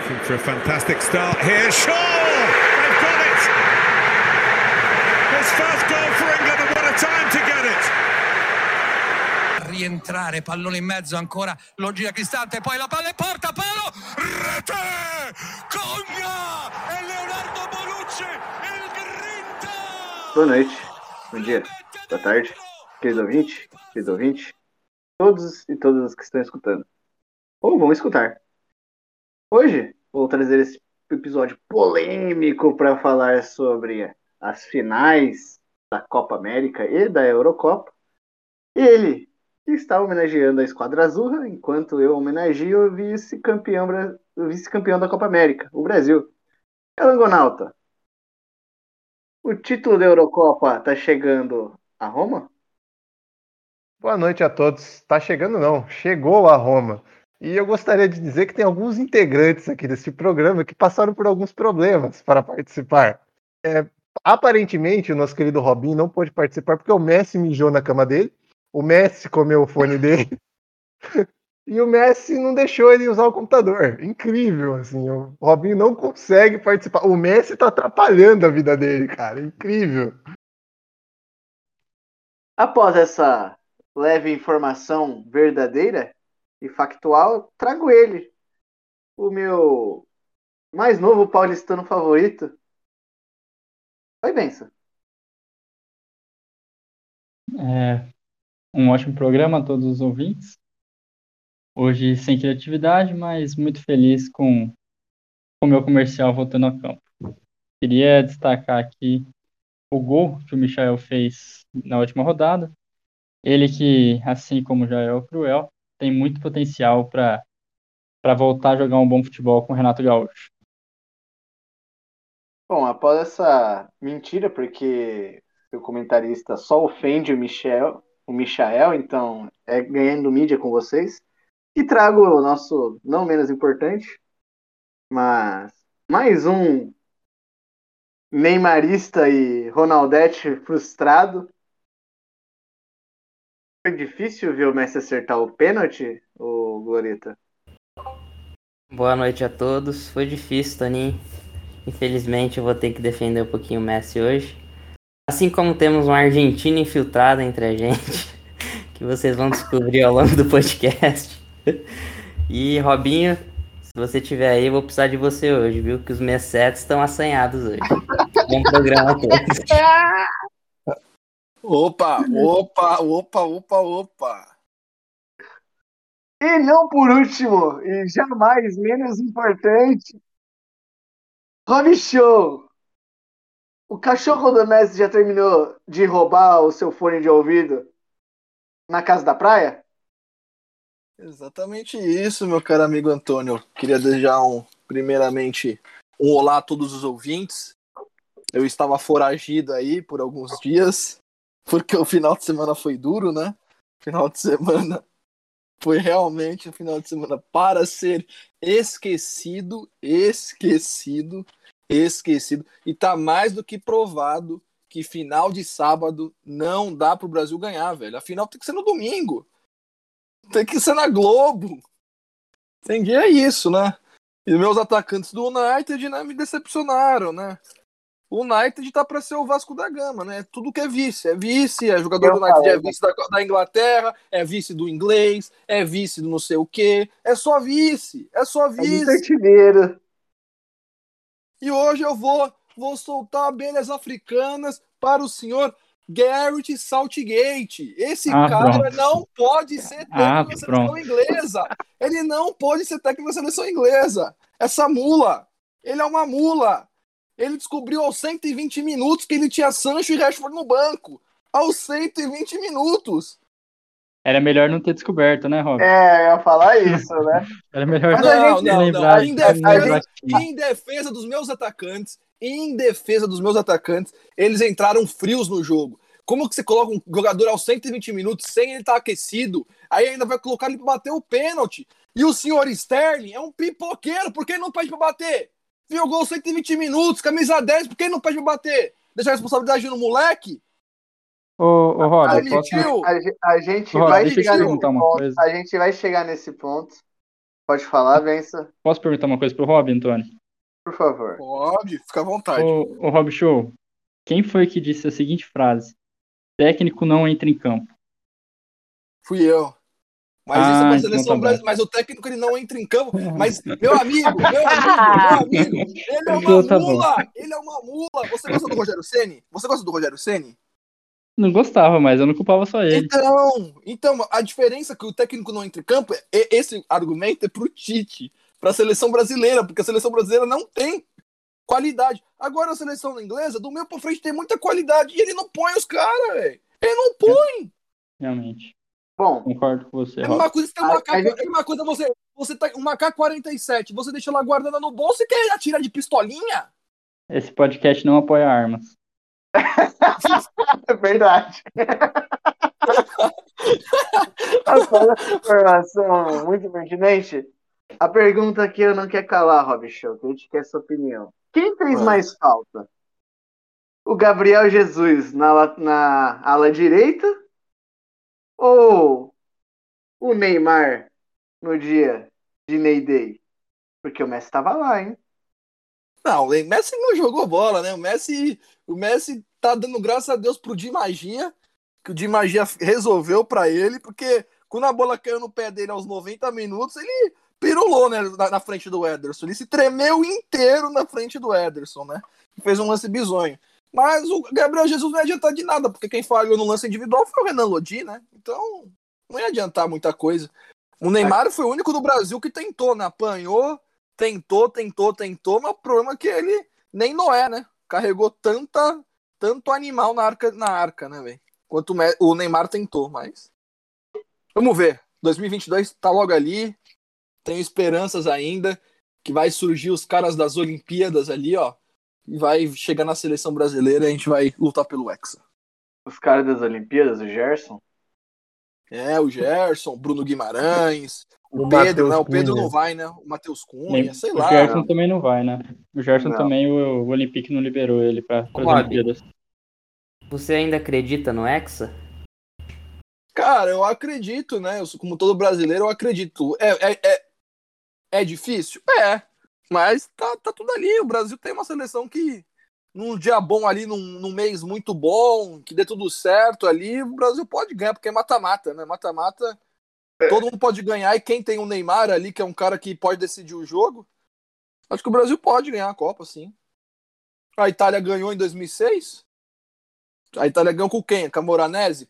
Looking for a fantastic start here. Shaw! They've got it! His first goal for England and what a time to get it! Rientrare, pallone in mezzo ancora, lo gira Cristante, poi la palla in porta, palo, rete, Cogna e Leonardo Bonucci, il grinta! Boa noite, bom dia, boa tarde, querido ouvinte, todos e todas as que estão escutando, ou vão escutar. Hoje vou trazer esse episódio polêmico para falar sobre as finais da Copa América e da Eurocopa. Ele está homenageando a Esquadra Azul, enquanto eu homenageio o vice-campeão da Copa América, o Brasil. Langonauta, o título da Eurocopa está chegando a Roma? Boa noite a todos. Tá chegando não, chegou a Roma. E eu gostaria de dizer que tem alguns integrantes aqui desse programa que passaram por alguns problemas para participar. Aparentemente, o nosso querido Robinho não pôde participar porque o Messi mijou na cama dele, o Messi comeu o fone dele e o Messi não deixou ele usar o computador. Incrível, assim. O Robinho não consegue participar. O Messi tá atrapalhando a vida dele, cara. Incrível. Após essa leve informação verdadeira e factual, trago ele, o meu mais novo paulistano favorito. Oi, Benção. Um ótimo programa a todos os ouvintes. Hoje sem criatividade, mas muito feliz com o meu comercial voltando a campo. Queria destacar aqui o gol que o Michael fez na última rodada. Ele que, assim como o Jael Cruel, tem muito potencial para voltar a jogar um bom futebol com o Renato Gaúcho. Bom, após essa mentira, porque o comentarista só ofende o Michael, então é ganhando mídia com vocês. E trago o nosso, não menos importante, mas mais um neymarista e Ronaldete frustrado. Foi difícil ver o Messi acertar o pênalti, o Glorita? Boa noite a todos. Foi difícil, Toninho. Infelizmente eu vou ter que defender um pouquinho o Messi hoje. Assim como temos um argentino infiltrado entre a gente, que vocês vão descobrir ao longo do podcast. E Robinho, se você estiver aí, eu vou precisar de você hoje, viu? Que os Messetes estão assanhados hoje. Bom programa a todos. Opa! E não por último, e jamais menos importante, Rob Show. O cachorro do Messi já terminou de roubar o seu fone de ouvido na casa da praia? Exatamente isso, meu caro amigo Antônio. Queria desejar primeiramente um olá a todos os ouvintes. Eu estava foragido aí por alguns dias, porque o final de semana foi duro, né? Final de semana foi realmente um final de semana para ser esquecido. E tá mais do que provado que final de sábado não dá pro Brasil ganhar, velho. A final tem que ser no domingo. Tem que ser na Globo. Entendi, é isso, né? E meus atacantes do United, né, me decepcionaram, né? O United tá pra ser o Vasco da Gama, né? Tudo que é vice, é jogador do United, é vice da Inglaterra, é vice do inglês, é vice do não sei o quê, é só vice. É vice-artilheiro. E hoje eu vou soltar abelhas africanas para o senhor Gareth Southgate. Esse cara pronto. não pode ser técnico da seleção inglesa. Ele não pode ser técnico da seleção inglesa. Essa mula. Ele é uma mula. Ele descobriu aos 120 minutos que ele tinha Sancho e Rashford no banco. Aos 120 minutos. Era melhor não ter descoberto, né, Rob? Eu ia falar isso, né? Era melhor não lembrar. Em defesa dos meus atacantes, eles entraram frios no jogo. Como que você coloca um jogador aos 120 minutos sem ele estar aquecido? Aí ainda vai colocar ele para bater o pênalti. E o senhor Sterling é um pipoqueiro, por que ele não pede para bater? Jogou 120 minutos, camisa 10, por que ele não pede para bater? Deixa a responsabilidade no moleque? Ô Rob, a gente vai chegar nesse ponto. A gente vai chegar nesse ponto. Pode falar, Vença, Posso perguntar uma coisa pro Rob, Antônio? por favor. Pode, fica à vontade. Ô Rob Show, quem foi que disse a seguinte frase? Técnico não entra em campo. Fui eu. Mas isso é pra Então tá seleção bom. brasileira. Mas o técnico ele não entra em campo. Mas, meu amigo, ele é uma Então tá bom. mula! Ele é uma mula! Você gosta do Rogério Ceni? Você gosta do Rogério Ceni? Não gostava, mas eu não culpava só ele. Então, a diferença que o técnico não entra em campo, esse argumento é pro Tite, pra seleção brasileira, porque a seleção brasileira não tem qualidade. Agora a seleção inglesa, do meio pra frente, tem muita qualidade e ele não põe os caras, velho. Ele não põe. Realmente. Bom, Concordo com você, É Rob. uma coisa, você tem uma a gente- é uma coisa você tá uma K-47, você deixa ela guardada no bolso e quer atirar de pistolinha? Esse podcast não apoia armas. é verdade. Só essa informação muito pertinente. A pergunta que eu não quero calar, Rob Show, que a gente quer sua opinião. Quem fez mais falta? O Gabriel Jesus na ala direita ou o Neymar no dia de Ney Day? Porque o Messi estava lá, hein? Não, o Messi não jogou bola, né? O Messi tá dando graças a Deus pro Di Magia, que o Di Magia resolveu pra ele, porque quando a bola caiu no pé dele aos 90 minutos, ele pirulou, né, na frente do Ederson. Ele se tremeu inteiro na frente do Ederson, né? Fez um lance bizonho. Mas o Gabriel Jesus não ia adiantar de nada, porque quem falhou no lance individual foi o Renan Lodi, né? Então, não ia adiantar muita coisa. O Neymar foi o único do Brasil que tentou, né? Apanhou, tentou, mas o problema é que ele nem Noé, né? Carregou tanto animal na arca, né, velho? Quanto o Neymar tentou, mas... Vamos ver. 2022 tá logo ali. Tenho esperanças ainda que vai surgir os caras das Olimpíadas ali, ó. E vai chegar na seleção brasileira e a gente vai lutar pelo Hexa. Os caras das Olimpíadas, o Gerson. É, o Gerson, Bruno Guimarães, o O Pedro, Matheus né? O Pedro Cunha. não vai, né? O Matheus Cunha, sei O lá. Gerson também não vai, né? O Gerson Não. também, o Olympique não liberou ele para as Rob. Olimpíadas. Você ainda acredita no Hexa? Cara, eu acredito, né? Como todo brasileiro, eu acredito. É difícil? É. Mas tá tudo ali. O Brasil tem uma seleção que, num dia bom ali, num mês muito bom, que dê tudo certo ali, o Brasil pode ganhar, porque é mata-mata, né? Mata-mata, todo mundo pode ganhar. E quem tem o Neymar ali, que é um cara que pode decidir o jogo, acho que o Brasil pode ganhar a Copa, sim. A Itália ganhou em 2006. A Itália ganhou com quem? Com a Moranese?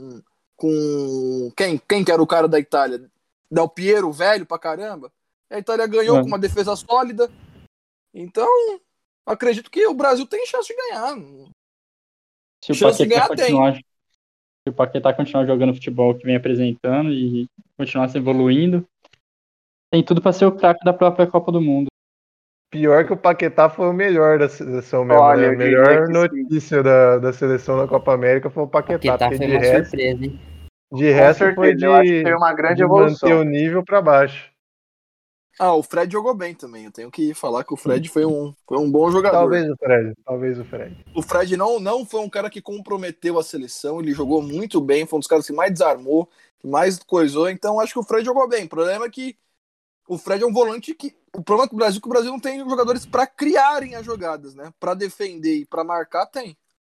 Com quem que era o cara da Itália? Del Piero, velho pra caramba. A Itália ganhou com uma defesa sólida. Então, acredito que o Brasil tem chance de ganhar. Se o Chance de Paquetá ganhar tem. se o Paquetá continuar jogando futebol que vem apresentando e continuar se evoluindo, tem tudo para ser o craque da própria Copa do Mundo. Pior que o Paquetá foi o melhor da seleção mesmo, Olha, né? eu A melhor diria que notícia da seleção na Copa América foi o Paquetá. Paquetá Porque foi de uma resto, surpresa, hein? de Com resto foi certeza, eu acho que foi uma grande de evolução. manter o nível para baixo. O Fred jogou bem também. Eu tenho que falar que o Fred foi um bom jogador. Talvez o Fred. O Fred não foi um cara que comprometeu a seleção. Ele jogou muito bem. Foi um dos caras que mais desarmou, que mais coisou. Então, acho que o Fred jogou bem. O problema é que o Fred é um volante que... O problema é que o Brasil não tem jogadores para criarem as jogadas, né? Para defender e para marcar, tem.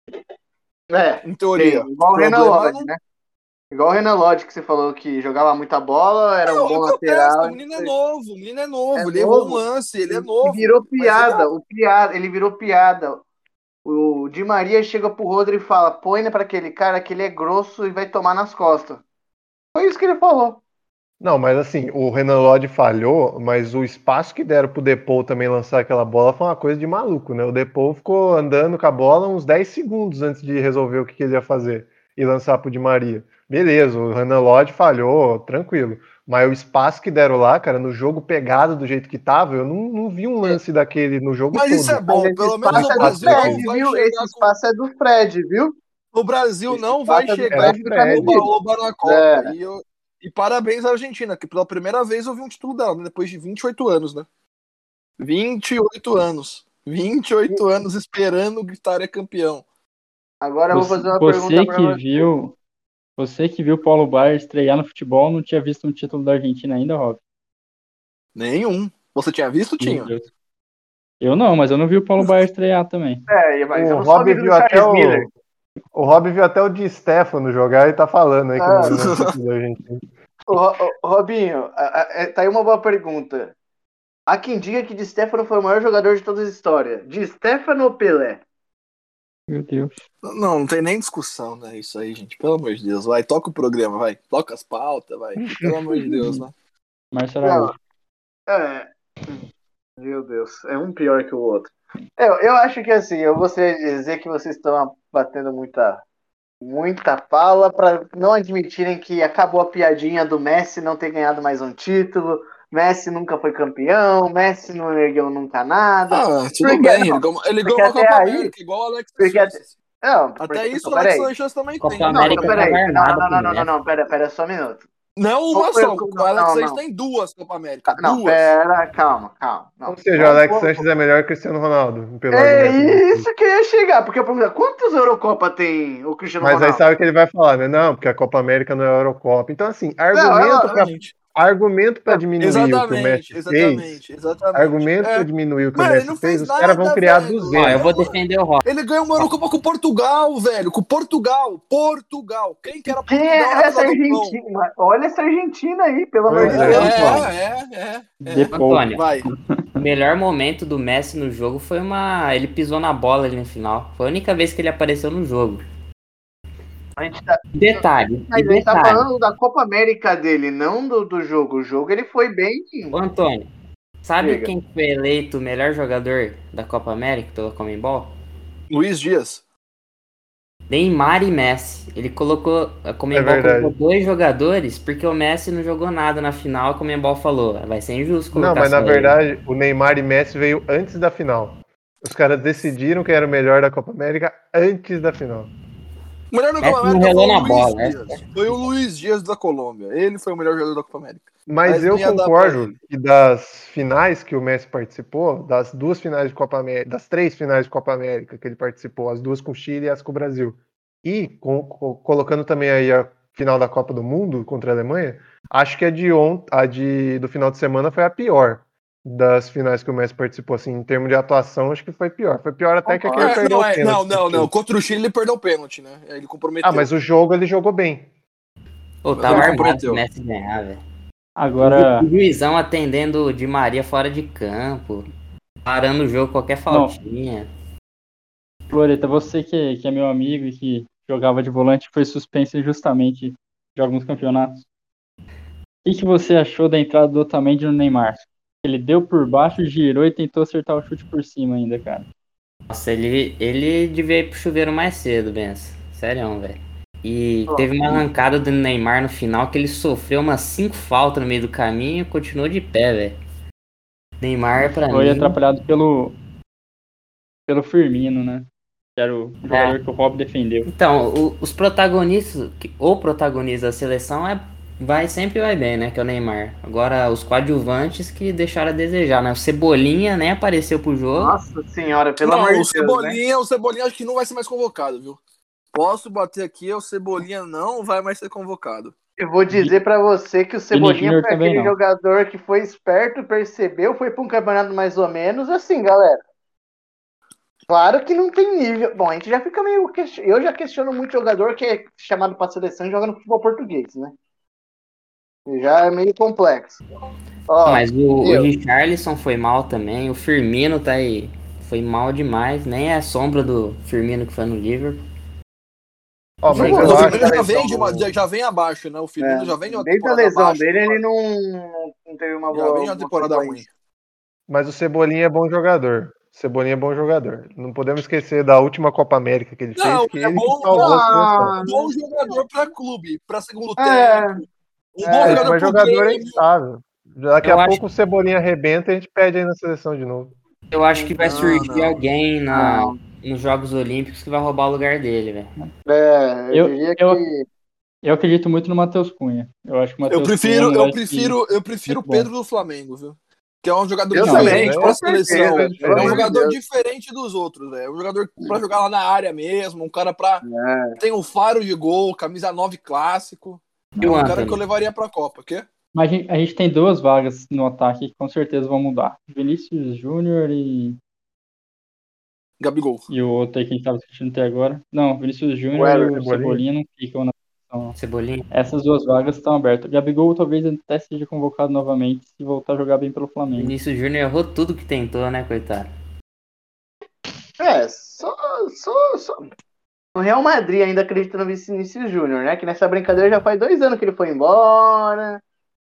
Em teoria. Tem, igual o Renan Lodge, né? Igual o Renan Lodge, que você falou que jogava muita bola, era um bom lateral. O menino é novo, É ele errou novo. um lance, ele é novo. E virou piada, Mas ele virou piada. O Di Maria chega pro Rodri e fala, põe pra aquele cara que ele é grosso e vai tomar nas costas. Foi isso que ele falou. Não, mas assim, o Renan Lodge falhou, mas o espaço que deram pro Depou também lançar aquela bola foi uma coisa de maluco, né? O Depou ficou andando com a bola uns 10 segundos antes de resolver o que ele ia fazer e lançar pro Di Maria. Beleza, o Renan Lodge falhou, tranquilo. Mas o espaço que deram lá, cara, no jogo pegado do jeito que tava, eu não vi um lance daquele no jogo todo. isso é bom, Mas pelo esse menos espaço o é do Brasil Fred, não vai viu? chegar Esse espaço é do Fred, viu? O Brasil Esse não vai espaço é do chegar Fred do Camilo. oba na Copa. É. E parabéns à Argentina, que pela primeira vez eu vi um título dela, né? Depois de 28 anos, né? 28 anos. 28 anos esperando o Itália campeão. Agora eu vou fazer uma pergunta pra você. Você que viu o Paulo Baier estrear no futebol não tinha visto um título da Argentina ainda, Rob? Nenhum. Você tinha visto, Meu Tinho? Deus. Eu não, mas eu não vi o Paulo Baier estrear também. Mas eu O não sou Rob amigo do viu até Charles Miller. o Rob viu até o Di Stefano jogar e tá falando aí que não é título da Argentina. Robinho, tá aí uma boa pergunta. Há quem diga que Di Stefano foi o maior jogador de toda a história. Di Stefano ou Pelé? Meu Deus. Não tem nem discussão, né? Isso aí, gente. Pelo amor de Deus. Vai, toca o programa, vai. Toca as pautas, vai. Pelo amor de Deus, né? Márcio Não, Araújo. é. Meu Deus, é um pior que o outro. Eu acho que assim, eu gostaria de dizer que vocês estão batendo muita pala para não admitirem que acabou a piadinha do Messi não ter ganhado mais um título. Messi nunca foi campeão, Messi não ergueu nunca nada. Ah, tudo Porque, bem. não, ele ganhou porque uma até Copa aí. América, igual o Alex Porque Sanches. não, Até isso não, o Alex peraí. Sanches também Copa tem. América Peraí. tava armada pro Não, Messi. pera só um minuto. Não Qual uma foi só. o- O Alex Sanches não. tem duas Copa América. Não, Duas. pera, calma. Não. Ou seja, o Alex Sanches é melhor que o Cristiano Ronaldo, pelo É argumento dele. isso que eu ia chegar, porque eu pergunto, quantos Eurocopa tem o Cristiano Mas aí Ronaldo? sabe o que ele vai falar, né? Não, porque a Copa América não é a Eurocopa. Então, assim, argumento para diminuir o que o Messi fez. Exatamente. Argumento para diminuir o que o Mano, ele Messi não fez, fez os caras vão nada, criar velho. 200. Ó, eu vou defender o Rob. Ele ganhou uma Eurocopa com Portugal, velho. Com Portugal. Quem que era Quem Portugal é na essa fila do pão? Argentina? Olha essa Argentina aí, pelo amor de Pois Deus. Antônio, Vai. o melhor momento do Messi no jogo foi ele pisou na bola ali no final. Foi a única vez que ele apareceu no jogo. A gente tá, Detalhe, mas a gente tá falando da Copa América dele, não do jogo. O jogo ele foi bem. Ô, Antônio, sabe Diga. quem foi eleito o melhor jogador da Copa América pela Conmebol? Luiz Dias. Neymar e Messi. Ele colocou, a Conmebol verdade. colocou 2 jogadores porque o Messi não jogou nada na final. A Conmebol falou, vai ser injusto colocar Não, mas na só ele. verdade, o Neymar e Messi veio antes da final. Os caras decidiram quem era o melhor da Copa América antes da final. O melhor da Messi Copa não América relou foi o na Luiz bola, Dias. Foi o Luiz Dias da Colômbia. Ele foi o melhor jogador da Copa América. Mas eu não ia dar pra concordo ele. que das finais que o Messi participou, das 2 finais de Copa América, das 3 finais de Copa América que ele participou, as 2 com o Chile e as com o Brasil, e colocando também aí a final da Copa do Mundo contra a Alemanha, acho que do final de semana foi a pior das finais que o Messi participou, assim, em termos de atuação, acho que foi pior. Foi pior até que aquele perdeu o pênalti. Não. Contra o Chile ele perdeu o pênalti, né? Ele comprometeu. Ah, mas o jogo ele jogou bem. Pô, tava Ele armado comprometeu. o Messi ganhar, velho. Agora, O juizão atendendo o Di Maria fora de campo, parando o jogo qualquer faltinha. Floreta, você que é meu amigo e que jogava de volante, foi suspenso injustamente de alguns campeonatos. O que você achou da entrada do Otamendi no Neymar? Ele deu por baixo, girou e tentou acertar o chute por cima ainda, cara. Nossa, ele devia ir pro chuveiro mais cedo, Benção. Sério, velho. E teve uma arrancada do Neymar no final que ele sofreu umas 5 faltas no meio do caminho e continuou de pé, velho. Neymar, pra Foi mim... atrapalhado pelo Firmino, né? Que era o jogador que o Rob defendeu. Então, os protagonistas, o protagonista da seleção sempre vai bem, né? Que é o Neymar. Agora, os coadjuvantes que deixaram a desejar, né? O Cebolinha nem apareceu pro jogo. Nossa senhora, pelo Não, amor o de Deus, né? O Cebolinha acho que não vai ser mais convocado, viu? Posso bater aqui, o Cebolinha não vai mais ser convocado. Eu vou dizer pra você que o Cebolinha Júnior foi também aquele não. jogador que foi esperto, percebeu, foi pra um campeonato mais ou menos assim, galera. Claro que não tem nível. Bom, a gente já fica meio. Eu já questiono muito jogador que é chamado pra seleção e joga no futebol português, né? Já é meio complexo. Ó, Mas o Richarlison foi mal também. O Firmino tá aí. Foi mal demais. Nem é a sombra do Firmino que foi no Liverpool. Ó, mas Não, eu Mas o acho Firmino já vem abaixo, né? O Firmino já vem de uma desde a temporada lesão abaixo. dele, ele não teve uma Já boa. vem de uma temporada ruim. sequência. Mas o Cebolinha é bom jogador. Cebolinha é bom jogador. Não podemos esquecer da última Copa América que ele Não, fez, que é ele bom, que salvou a seleção. Bom jogador pra clube, pra segundo É. tempo. Um bom jogador Mas pro jogador é Grêmio. instável. Daqui Eu a acho- pouco o Cebolinha arrebenta e a gente pede aí na seleção de novo. Eu acho que vai surgir não. alguém Não. nos Jogos Olímpicos que vai roubar o lugar dele, velho. Eu Eu- diria eu- que. Eu acredito muito no Matheus Cunha. Eu acho que o Eu Matheus prefiro, Cunha é um eu moleque prefiro o muito bom. Pedro do Flamengo, viu? Que é um jogador Eu diferente também, pra com seleção. certeza, pelo É um amor de jogador Deus. diferente dos outros, velho. É um jogador pra jogar lá na área mesmo, um cara pra. É. Tem um faro de gol, camisa 9 clássico. E É o um cara Antony? que eu levaria pra Copa, quê? Mas a gente tem duas vagas no ataque que com certeza vão mudar. Vinícius Júnior Gabigol. e o outro aí que a gente estava discutindo até agora. Não, Vinícius Júnior e o Cebolinha. Cebolinha não ficam na posição. Cebolinha. Essas duas vagas estão abertas. Gabigol talvez até seja convocado novamente se voltar a jogar bem pelo Flamengo. Vinícius Júnior errou tudo que tentou, né, coitado? Só. O Real Madrid ainda acredita no Vinícius Júnior, né? Que nessa brincadeira já faz 2 anos que ele foi embora.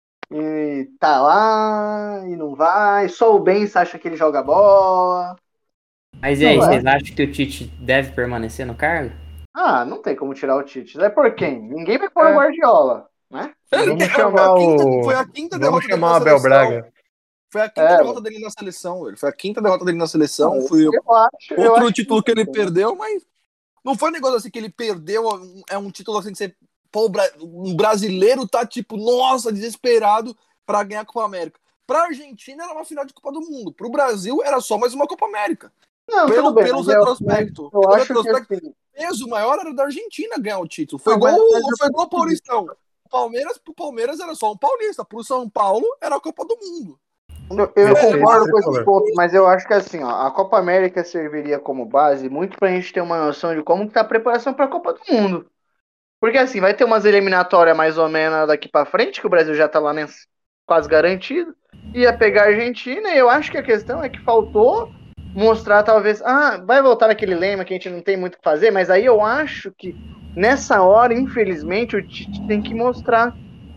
E tá lá, e não vai. Só o Benz acha que ele joga bola. Mas e aí, Não é. vocês acham que o Tite deve permanecer no cargo? Ah, não tem como tirar o Tite. Vai por quem? Ninguém vai pôr o Guardiola, né? Vamos chamar Foi a quinta Vamos derrota dele chamar o na Abel seleção. Braga. Foi a quinta derrota dele na seleção, velho. Foi a quinta derrota dele na seleção. Foi eu outro acho título que ele perdeu, mas não foi um negócio assim que ele perdeu. É um título assim que você. Pô, um brasileiro tá tipo, nossa, desesperado pra ganhar a Copa América. Pra Argentina era uma final de Copa do Mundo. Pro Brasil era só mais uma Copa América. Não, Pelos mas retrospectos. eu acho que assim, O peso maior era da Argentina ganhar o título. Não, Foi mas igual o Paulistão. Pro Palmeiras era só um paulista. Pro São Paulo era a Copa do Mundo. eu Perfeito, concordo com tricolor. esse ponto, mas eu acho que assim, ó, a Copa América serviria como base muito pra gente ter uma noção de como que tá a preparação pra Copa do Mundo. Porque assim, vai ter umas eliminatórias mais ou menos daqui pra frente, que o Brasil já tá lá quase garantido. Ia pegar a Argentina, e eu acho que a questão é que faltou mostrar, talvez. Ah, vai voltar naquele lema que a gente não tem muito o que fazer, mas aí eu acho que nessa hora, infelizmente, o Tite tem que mostrar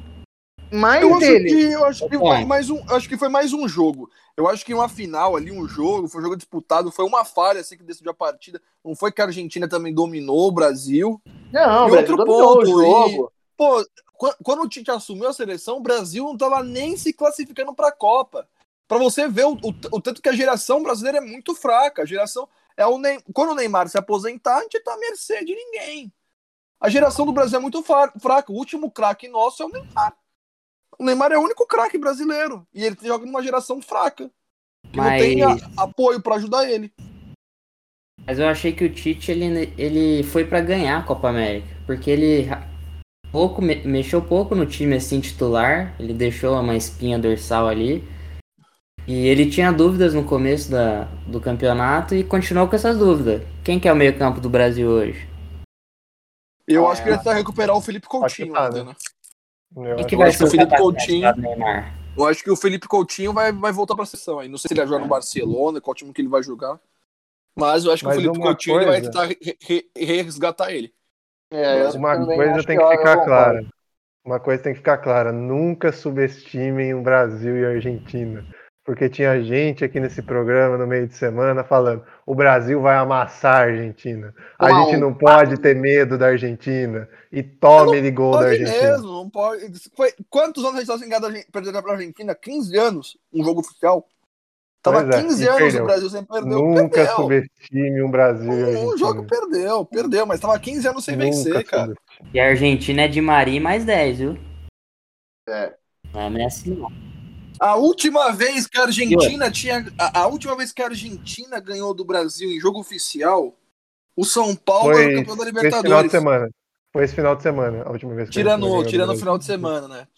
mais dele. Eu acho que foi mais um jogo. Eu acho que uma final ali, foi um jogo disputado, foi uma falha assim que decidiu a partida. Não foi que a Argentina também dominou o Brasil. Não, E o Brasil outro dominou ponto, o jogo. Pô, quando o Tite assumiu a seleção, o Brasil não tava nem se classificando pra Copa. Pra você ver o tanto que a geração brasileira é muito fraca. A geração quando o Neymar se aposentar, a gente tá à mercê de ninguém. A geração do Brasil é muito fraca. O último craque nosso é o Neymar. O Neymar é o único craque brasileiro. E ele joga numa geração fraca. Que não tem apoio pra ajudar ele. Mas eu achei que o Tite ele foi pra ganhar a Copa América. Porque ele mexeu pouco no time assim titular. Ele deixou uma espinha dorsal ali. E ele tinha dúvidas no começo do campeonato e continuou com essas dúvidas. Quem que é o meio campo do Brasil hoje? Eu acho que ele vai recuperar o Felipe Coutinho ainda, né? Quem que vai ser o Felipe Coutinho? Neymar? Eu acho que o Felipe Coutinho vai voltar pra sessão aí. Não sei se ele vai jogar no Barcelona, qual time que ele vai jogar. Mas eu acho que o Felipe Coutinho ele vai tentar resgatar ele. Uma coisa tem que ficar clara. Uma coisa tem que ficar clara. Nunca subestimem o Brasil e a Argentina. Porque tinha gente aqui nesse programa no meio de semana falando: o Brasil vai amassar a Argentina. A gente não pode ter medo da Argentina. E tome ele gol da Argentina. Mesmo, não pode. Quantos anos a gente está sem perder pra Argentina? 15 anos, um jogo oficial. Tava 15 anos perdeu. O Brasil sem perder. Nunca subestime um Brasil e a Argentina. Um jogo perdeu, mas tava 15 anos sem vencer, cara. E a Argentina é de Maria mais 10, viu? Não é assim, não. A última vez que a Argentina A última vez que a Argentina ganhou do Brasil em jogo oficial, o São Paulo era o campeão da Libertadores. Foi esse final de semana, a última vez que tirando o final de semana, né?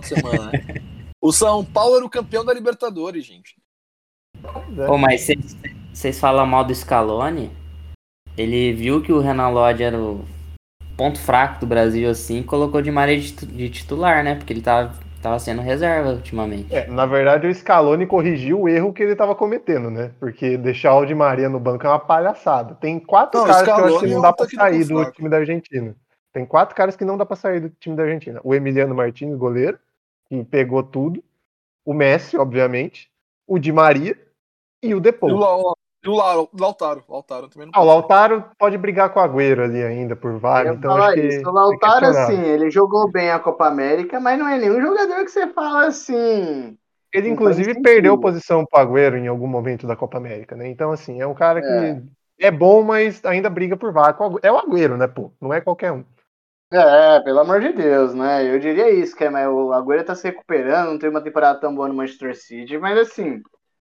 O São Paulo era o campeão da Libertadores, gente. Pô, mas vocês falam mal do Scaloni? Ele viu que o Renan Lodge era o ponto fraco do Brasil, assim, e colocou Di Maria de titular, né? Porque ele tava sendo reserva ultimamente. Na verdade, o Scaloni corrigiu o erro que ele estava cometendo, né? Porque deixar o Di Maria no banco é uma palhaçada. Tem 4 caras que eu acho que não dá pra sair do time da Argentina. Tem 4 caras que não dá pra sair do time da Argentina. O Emiliano Martínez, goleiro, que pegou tudo. O Messi, obviamente. O Di Maria e o Depou. E o Lautaro também não o Lautaro pode brigar com o Agüero ali ainda por vaga. Então acho que o Lautaro, assim, ele jogou bem a Copa América, mas não é nenhum jogador que você fala assim. Ele, inclusive, perdeu posição pro Agüero em algum momento da Copa América, né? Então, assim, é um cara que é bom, mas ainda briga por vaga. É o Agüero, né, pô? Não é qualquer um. Pelo amor de Deus, né? Eu diria isso, mas o Agüero tá se recuperando, não tem uma temporada tão boa no Manchester City, mas assim.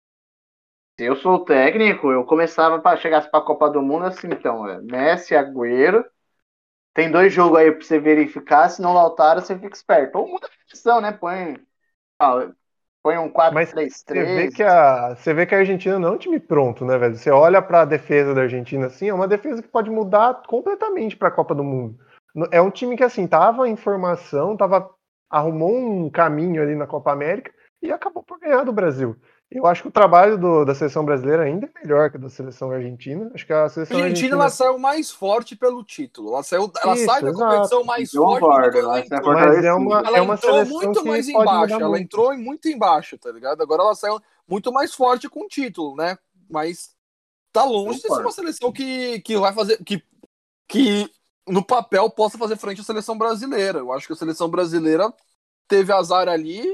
Se eu sou o técnico, eu começava para chegar para a Copa do Mundo assim, então, Messi, Agüero, tem 2 jogos aí para você verificar, se não Lautaro, você fica esperto. Ou muda a posição, né? Põe Põe um Mas 4-3-3. você vê que a Argentina não é um time pronto, né, velho? Você olha pra defesa da Argentina assim, é uma defesa que pode mudar completamente pra Copa do Mundo. É um time que, assim, tava em formação, arrumou um caminho ali na Copa América e acabou por ganhar do Brasil. Eu acho que o trabalho da seleção brasileira ainda é melhor que o da seleção argentina. Acho que a A seleção Argentina argentina. ela saiu mais forte pelo título. Ela sai Isso, da exato. competição mais Eu forte do que concordo, quando ela ela sai entrou. Mas é fortalecida. Ela uma entrou seleção muito que mais pode embaixo. mudar Ela muito. entrou muito embaixo, tá ligado? Agora ela saiu muito mais forte com o título, né? Mas tá longe de ser uma seleção que vai fazer. Que no papel possa fazer frente à seleção brasileira. Eu acho que a seleção brasileira teve azar ali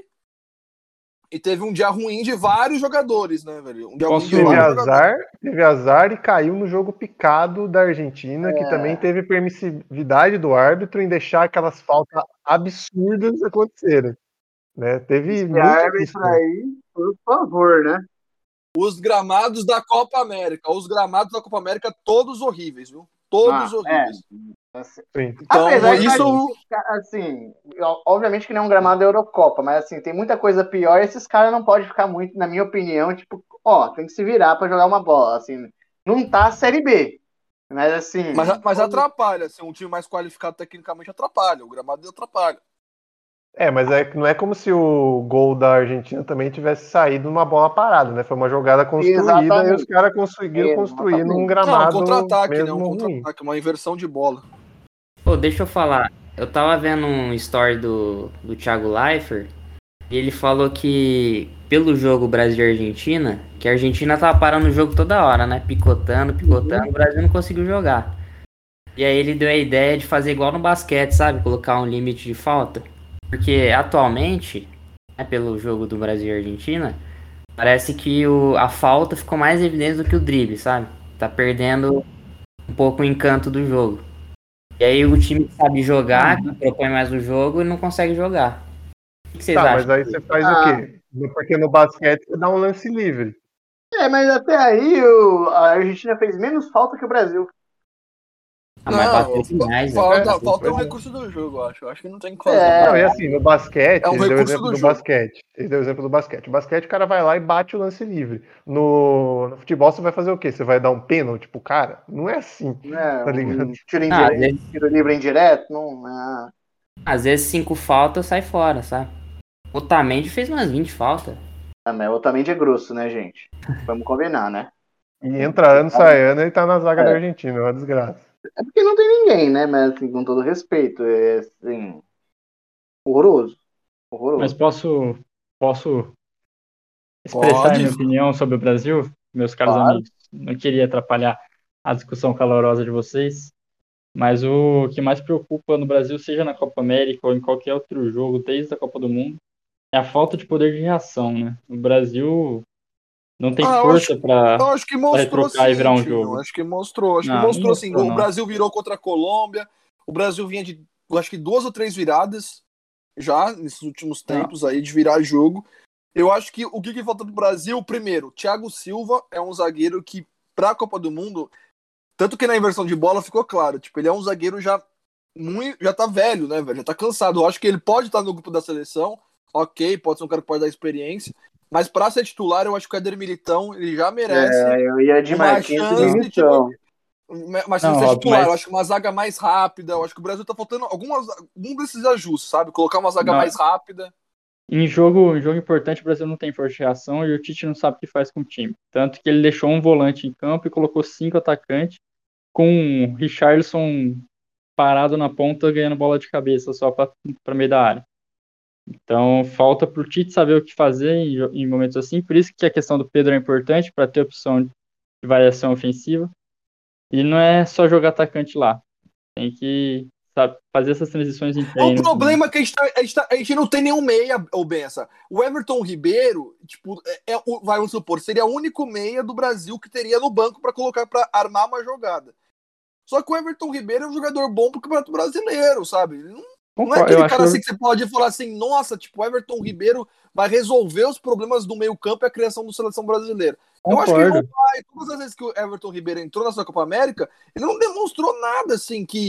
e teve um dia ruim de vários jogadores, né, velho? Um dia ruim de vários jogadores. Teve azar e caiu no jogo picado da Argentina, que também teve permissividade do árbitro em deixar aquelas faltas absurdas acontecerem. Né? Teve Esse muito isso. árbitro aí, por favor, né? Os gramados da Copa América. Os gramados da Copa América, todos horríveis, viu? Todos horríveis. Sim. Então, Apesar que, isso. assim, obviamente que não é um gramado da Eurocopa, mas assim, tem muita coisa pior e esses caras não podem ficar muito, na minha opinião, tipo, tem que se virar pra jogar uma bola, assim, não tá a Série B, mas assim... Mas atrapalha, assim, um time mais qualificado tecnicamente atrapalha, o gramado atrapalha. Mas não é como se o gol da Argentina também tivesse saído numa bola parada, né? Foi uma jogada construída. Exatamente. E os caras conseguiram construir num gramado um contra-ataque, né? mesmo Um ruim. contra-ataque, uma inversão de bola. Pô, deixa eu falar. Eu tava vendo um story do Thiago Leifert e ele falou que pelo jogo Brasil e Argentina, que a Argentina tava parando o jogo toda hora, né? Picotando, o Brasil não conseguiu jogar. E aí ele deu a ideia de fazer igual no basquete, sabe? Colocar um limite de falta. Porque atualmente, né, pelo jogo do Brasil e Argentina, parece que a falta ficou mais evidente do que o drible, sabe? Tá perdendo um pouco o encanto do jogo. E aí o time que sabe jogar, que propõe mais o jogo, não consegue jogar. O que vocês acham? Mas aí você faz o quê? Porque no basquete você dá um lance livre. Mas até aí a Argentina fez menos falta que o Brasil. Mas bateu demais, falta um recurso do jogo, eu acho. Eu acho que não tem o que fazer. Não, e assim, no basquete, é um ele deu o recurso exemplo do do jogo. basquete. Ele deu o exemplo do basquete. O basquete, o cara vai lá e bate o lance livre. No futebol, você vai fazer o quê? Você vai dar um pênalti pro cara? Não é assim, tá ligado? Tiro livre indireto, não. Às vezes 5 faltas sai fora, sabe? O Otamendi fez umas 20 faltas. Mas o Otamendi é grosso, né, gente? Vamos combinar, né? E entra ano, sai ano, ele tá na zaga da Argentina, é uma desgraça. É porque não tem ninguém, né? Mas assim, com todo respeito, é assim. Horroroso. Mas posso expressar minha opinião sobre o Brasil, meus caros amigos? Não queria atrapalhar a discussão calorosa de vocês, mas o que mais preocupa no Brasil, seja na Copa América ou em qualquer outro jogo, desde a Copa do Mundo, é a falta de poder de reação, né? O Brasil não tem força para retrocar e virar um jogo. Acho que mostrou assim. O Brasil virou contra a Colômbia, o Brasil vinha de, acho que 2 ou 3 viradas já nesses últimos tempos aí de virar jogo. Eu acho que o que falta pro Brasil, primeiro, Thiago Silva é um zagueiro que, pra Copa do Mundo, tanto que na inversão de bola ficou claro, tipo, ele é um zagueiro já tá velho, né, velho? Já tá cansado. Eu acho que ele pode estar no grupo da seleção, ok, pode ser um cara que pode dar experiência, mas pra ser titular, eu acho que o Éder Militão, ele já merece eu ia de uma chance de, tipo, mas se você titular, eu acho que uma zaga mais rápida, eu acho que o Brasil tá faltando algum desses ajustes, sabe? Colocar uma zaga mais rápida. Em jogo importante, o Brasil não tem força de reação e o Tite não sabe o que faz com o time. Tanto que ele deixou um volante em campo e colocou 5 atacantes, com o Richarlison parado na ponta, ganhando bola de cabeça só para meio da área. Então, falta para o Tite saber o que fazer em momentos assim. Por isso que a questão do Pedro é importante, para ter opção de variação ofensiva. E não é só jogar atacante lá. Tem que fazer essas transições em treino. O problema é que a gente não tem nenhum meia, ou Bença. O Everton Ribeiro, tipo, vamos supor, seria o único meia do Brasil que teria no banco para colocar para armar uma jogada. Só que o Everton Ribeiro é um jogador bom pro Campeonato Brasileiro, sabe? Não é aquele cara assim que você pode falar assim, nossa, tipo, o Everton Ribeiro vai resolver os problemas do meio-campo e a criação da seleção brasileira. Eu acho que ele não vai. Todas as vezes que o Everton Ribeiro entrou na sua Copa América, ele não demonstrou nada assim que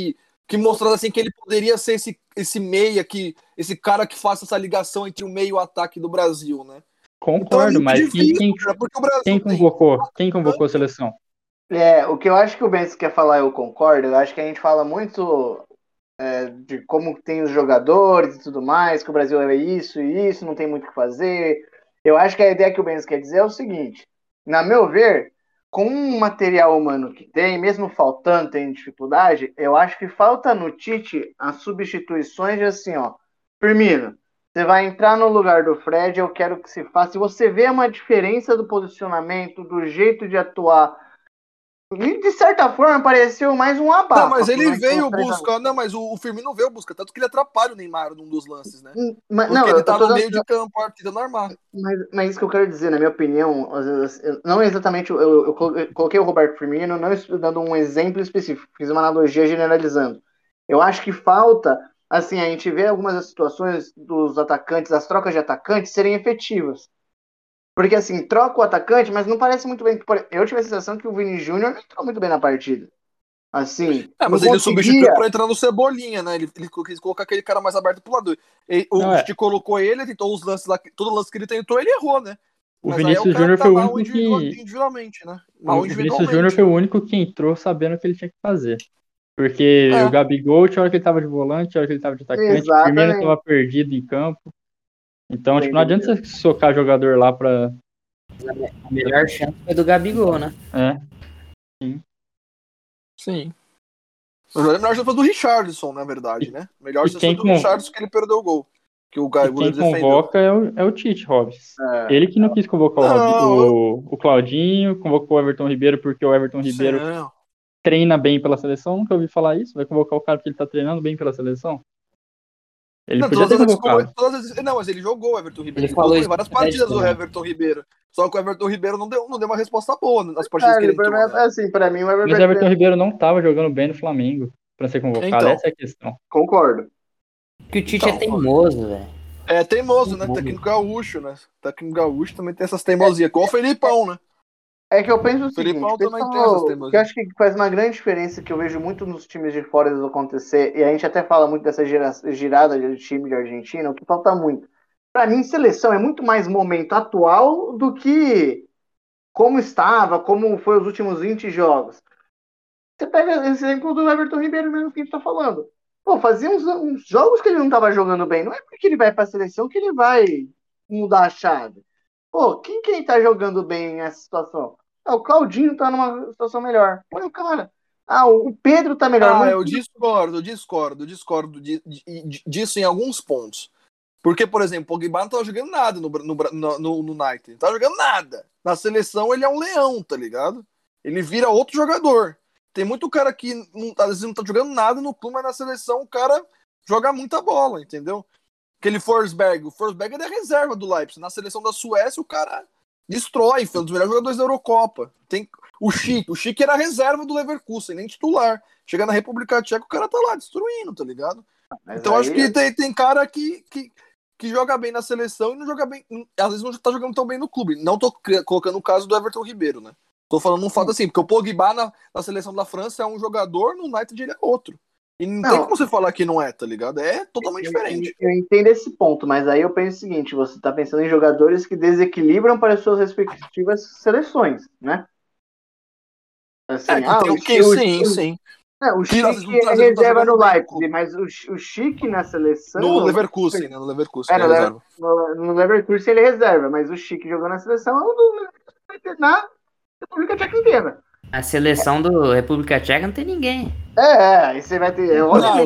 que mostrava assim que ele poderia ser esse meia, esse cara que faça essa ligação entre o meio e o ataque do Brasil, né? Então é Concordo, muito mas difícil, cara, porque o Brasil quem tem convocou? Quem convocou a seleção? O que eu acho que o Benz quer falar, eu concordo. Eu acho que a gente fala muito de como tem os jogadores e tudo mais, que o Brasil é isso e isso, não tem muito o que fazer. Eu acho que a ideia que o Benz quer dizer é o seguinte: na meu ver, com o material humano que tem, mesmo faltando, tem dificuldade, eu acho que falta no Tite as substituições de assim, ó, Firmino, você vai entrar no lugar do Fred, eu quero que se faça. Se você vê uma diferença do posicionamento, do jeito de atuar, e de certa forma pareceu mais um abafa. Não, mas ele veio buscar. Não, mas o Firmino veio buscar. Tanto que ele atrapalha o Neymar num dos lances, né? Mas, porque não, ele tá no meio de campo, tentando armar. Mas isso que eu quero dizer, na minha opinião, não exatamente. Eu coloquei o Roberto Firmino, não estou dando um exemplo específico, fiz uma analogia generalizando. Eu acho que falta, assim, a gente vê algumas situações dos atacantes, as trocas de atacantes serem efetivas. Porque, assim, troca o atacante, mas não parece muito bem. Eu tive a sensação que o Vini Júnior não entrou muito bem na partida. Assim, mas ele substituiu pra entrar no Cebolinha, né? Ele quis colocar aquele cara mais aberto pro lado. O Tite colocou ele, tentou os lances lá, todo lance que ele tentou, ele errou, né? O Vinícius Júnior foi o único que. Individualmente, né? O Vinícius Júnior foi o único que entrou sabendo o que ele tinha que fazer. Porque o Gabigol, tinha hora que ele tava de volante, tinha hora que ele tava de atacante, o Firmino tava perdido em campo. Então, tipo, não adianta você socar jogador lá pra. A melhor chance foi do Gabigol, né? Sim. A melhor chance foi do Richarlison, na verdade, né? Melhor chance foi do Richarlison que ele perdeu o gol. Que o quem convoca é o Tite, Robson. Ele que não quis convocar o Claudinho, convocou o Everton Ribeiro porque o Everton Ribeiro treina bem pela seleção. Nunca ouvi falar isso. Vai convocar o cara porque ele tá treinando bem pela seleção? Ele podia ter convocado. Não, mas ele jogou o Everton Ribeiro. Ele falou em várias partidas do Everton Ribeiro. Só que o Everton Ribeiro não deu uma resposta boa nas partidas que ele entrou. Né? Assim, pra mim, Mas o Everton Ribeiro não tava jogando bem no Flamengo pra ser convocado. Então, essa é a questão. Concordo. Porque o Tite é teimoso, velho. É teimoso, né? Técnico gaúcho, né? Técnico gaúcho também tem essas teimosias. Igual o Felipão, né? É que eu penso o seguinte, Felipão também tem essas teimosias. Eu acho que faz uma grande diferença que eu vejo muito nos times de fora isso acontecer, e a gente até fala muito dessa girada de time de Argentina, o que falta muito. Pra mim, seleção é muito mais momento atual do que como estava, como foi os últimos 20 jogos. Você pega esse exemplo do Everton Ribeiro mesmo que a gente tá falando. Pô, fazia uns jogos que ele não tava jogando bem. Não é porque ele vai pra seleção que ele vai mudar a chave. Pô, quem tá jogando bem nessa situação? O Claudinho tá numa situação melhor. Põe o cara. O Pedro tá melhor. Eu discordo disso em alguns pontos. Porque, por exemplo, o Pogba não tava jogando nada no United. Não tava jogando nada. Na seleção ele é um leão, tá ligado? Ele vira outro jogador. Tem muito cara que às vezes não tá jogando nada no clube, mas na seleção o cara joga muita bola, entendeu? Aquele Forsberg. O Forsberg é da reserva do Leipzig. Na seleção da Suécia o cara destrói, foi um dos melhores jogadores da Eurocopa. Tem o Schick era reserva do Leverkusen, nem titular. Chega na República Tcheca, o cara tá lá destruindo, tá ligado? Então acho que tem cara que joga bem na seleção e não joga bem, às vezes não tá jogando tão bem no clube. Não tô colocando o caso do Everton Ribeiro, né? Tô falando um fato assim, porque o Pogba na seleção da França é um jogador, no United ele é outro. E não tem como você falar que não é, tá ligado? É totalmente diferente. Eu entendo esse ponto, mas aí eu penso o seguinte, você tá pensando em jogadores que desequilibram para as suas respectivas seleções, né? Assim, sim. O Schick é reserva no Leipzig, mas o Schick na seleção... No Leverkusen, né? No Leverkusen, no Leverkusen ele é reserva, mas o Schick jogando na seleção na República Tcheca inteira. A seleção do República Tcheca não tem ninguém. Aí você vai ter...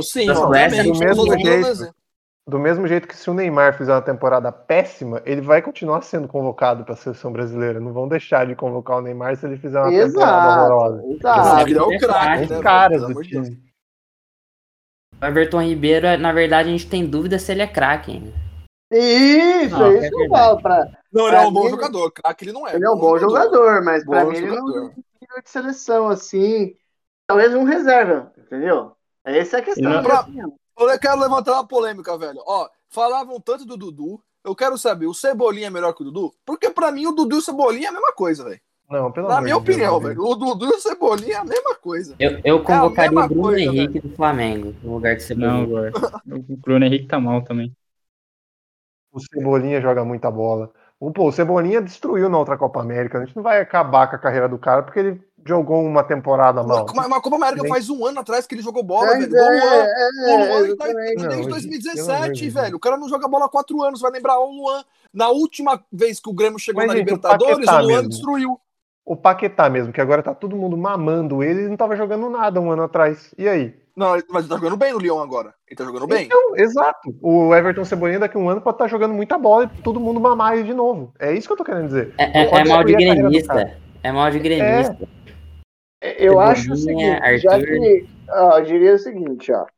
Do mesmo jeito que se o Neymar fizer uma temporada péssima, ele vai continuar sendo convocado para a seleção brasileira. Não vão deixar de convocar o Neymar se ele fizer uma temporada horrorosa. Ele é o craque, né? Os caras do time. O Everton Ribeiro, na verdade, a gente tem dúvida se ele é craque ainda. Isso que eu falo. Não, ele é um bom jogador. Craque ele não é. Ele é um bom jogador, mas pra mim ele não é um nível de seleção, assim. Talvez um reserva, entendeu? Essa é a questão. Eu quero levantar uma polêmica, velho. Falavam tanto do Dudu. Eu quero saber, o Cebolinha é melhor que o Dudu? Porque pra mim o Dudu e o Cebolinha é a mesma coisa, velho. Não, pelo Na amor minha de Deus, opinião, Davi. velho. O Dudu e o Cebolinha é a mesma coisa. Eu convocaria mesma o Bruno coisa, Henrique do Flamengo no lugar de Não, Cebolinha. agora. O Bruno Henrique tá mal também. O Cebolinha joga muita bola. O Cebolinha destruiu na outra Copa América. A gente não vai acabar com a carreira do cara porque ele jogou uma temporada mal. Uma Copa América Nem- faz um ano atrás que ele jogou bola, Mas velho. Igual o Luan. O Luan exatamente. tá Não, desde pelo amor 2017, de Deus. velho. O cara não joga bola há 4 anos. Vai lembrar o Luan. Na última vez que o Grêmio chegou Mas, na gente, o Libertadores, Paquetá o Luan mesmo. destruiu. O Paquetá mesmo, que agora tá todo mundo mamando ele não tava jogando nada um ano atrás. E aí? Não, mas ele tá jogando bem no Lyon agora. Ele tá jogando bem. Então, exato. O Everton Cebolinha daqui a um ano pode estar jogando muita bola e todo mundo mamar ele de novo. É isso que eu tô querendo dizer. Não É pode mal de destruir a carreira do cara. gremista. É mal de gremista. Eu acho o Cebolinha, seguinte, já Arthur. que. Ó, eu diria o seguinte, ó.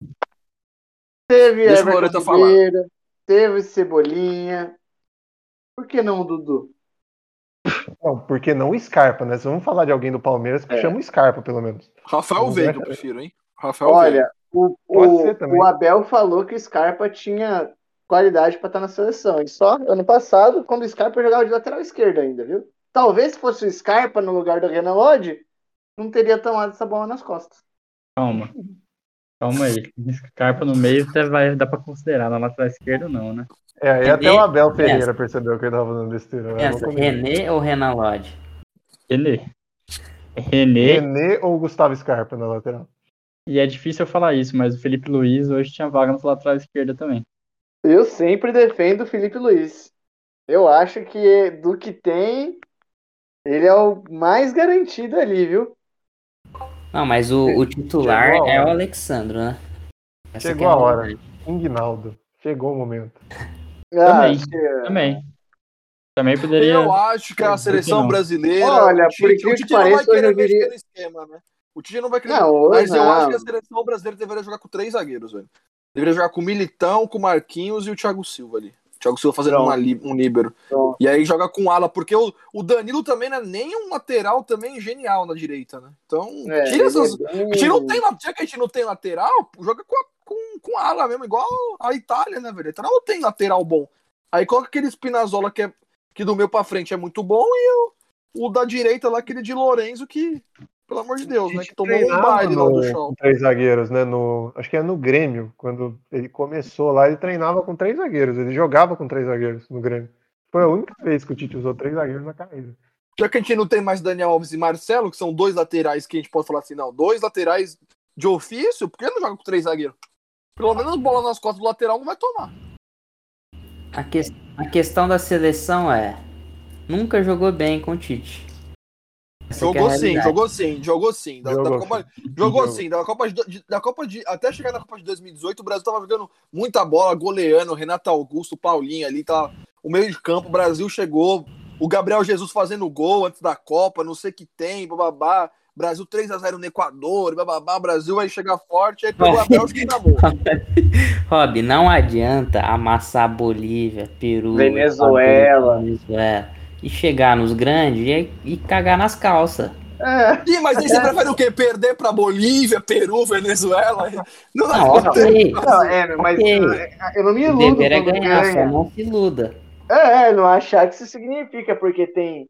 Teve Deixa o Everton Loreta falar. Ribeiro, teve Cebolinha. Por que não o Dudu? Não, porque não o Scarpa, né? Se vamos falar de alguém do Palmeiras, que chama o Scarpa, pelo menos. Rafael Não, Veiga, né? eu prefiro, hein? Rafael Veiga. Olha, Pode ser também. o Abel falou que o Scarpa tinha qualidade para estar na seleção. E só ano passado, quando o Scarpa jogava de lateral esquerdo ainda, viu? Talvez se fosse o Scarpa no lugar do Renan Lodge, não teria tomado essa bola nas costas. Calma. Calma aí. Scarpa no meio até vai dar pra considerar. Na lateral esquerda, não, né? É, e até o Abel René, Ferreira percebeu que ele tava fazendo besteira. Né? Pensa, René ou Renan Lodge? René. René. René ou Gustavo Scarpa na lateral? E é difícil eu falar isso, mas o Felipe Luiz hoje tinha vaga na lateral esquerda também. Eu sempre defendo o Felipe Luiz. Eu acho que do que tem, ele é o mais garantido ali, viu? Não, mas o titular Chegou a hora. é o Alexandro, né? Essa Chegou que é a hora. verdade. Inguinaldo. Chegou o momento. Também. che- Também. Também poderia. Eu acho que a Por que seleção não? brasileira. Olha, o por Tite, incrível o que Tite não vai pareça, hoje querer eu mexer diria. no esquema, né? O Tite não vai querer. Não, hoje Mas eu não. acho que a seleção brasileira deveria jogar com 3 zagueiros, velho. Deveria jogar com o Militão, com o Marquinhos e o Thiago Silva ali. O Thiago Silva fazendo um líbero. Pronto. E aí joga com ala, porque o Danilo também não é nem um lateral também genial na direita, né? Então, tira ele essas. é A bem- gente não tem, já que a gente não tem lateral, joga com ala mesmo, igual a Itália, né, velho? Então não tem lateral bom. Aí coloca aquele Spinazzola que do meio pra frente é muito bom e o da direita lá, aquele de Lorenzo, que, pelo amor de Deus, né? Que tomou um Treinava baile lá do com chão. 3 zagueiros, né? Acho que é no Grêmio. Quando ele começou lá, ele treinava com 3 zagueiros. Ele jogava com 3 zagueiros no Grêmio. Foi a única vez que o Tite usou 3 zagueiros na carreira. Já que a gente não tem mais Daniel Alves e Marcelo, que são 2 laterais que a gente pode falar assim, não, 2 laterais de ofício, por que não joga com 3 zagueiros? Pelo menos bola nas costas do lateral não vai tomar. A questão da seleção é: nunca jogou bem com o Tite. Essa que é a realidade. Jogou sim. Jogou. Da Copa de. Até chegar na Copa de 2018, o Brasil tava jogando muita bola, goleando, Renato Augusto, Paulinho ali, tá. O meio de campo, o Brasil chegou. O Gabriel Jesus fazendo gol antes da Copa, não sei o que tem, bababá. Brasil 3-0 no Equador, bababá. O Brasil vai chegar forte, aí pegou a Bélgica e acabou. Rob, não adianta amassar Bolívia, Peru, Venezuela. Venezuela e chegar nos grandes e cagar nas calças. Ih, mas aí você prefere o quê? Perder pra Bolívia, Peru, Venezuela? Não dá Não, pra ok. Não, mas Ok. eu não me O iludo dever é quando ganhar, só ganha. não se iluda. Não achar que isso significa, porque tem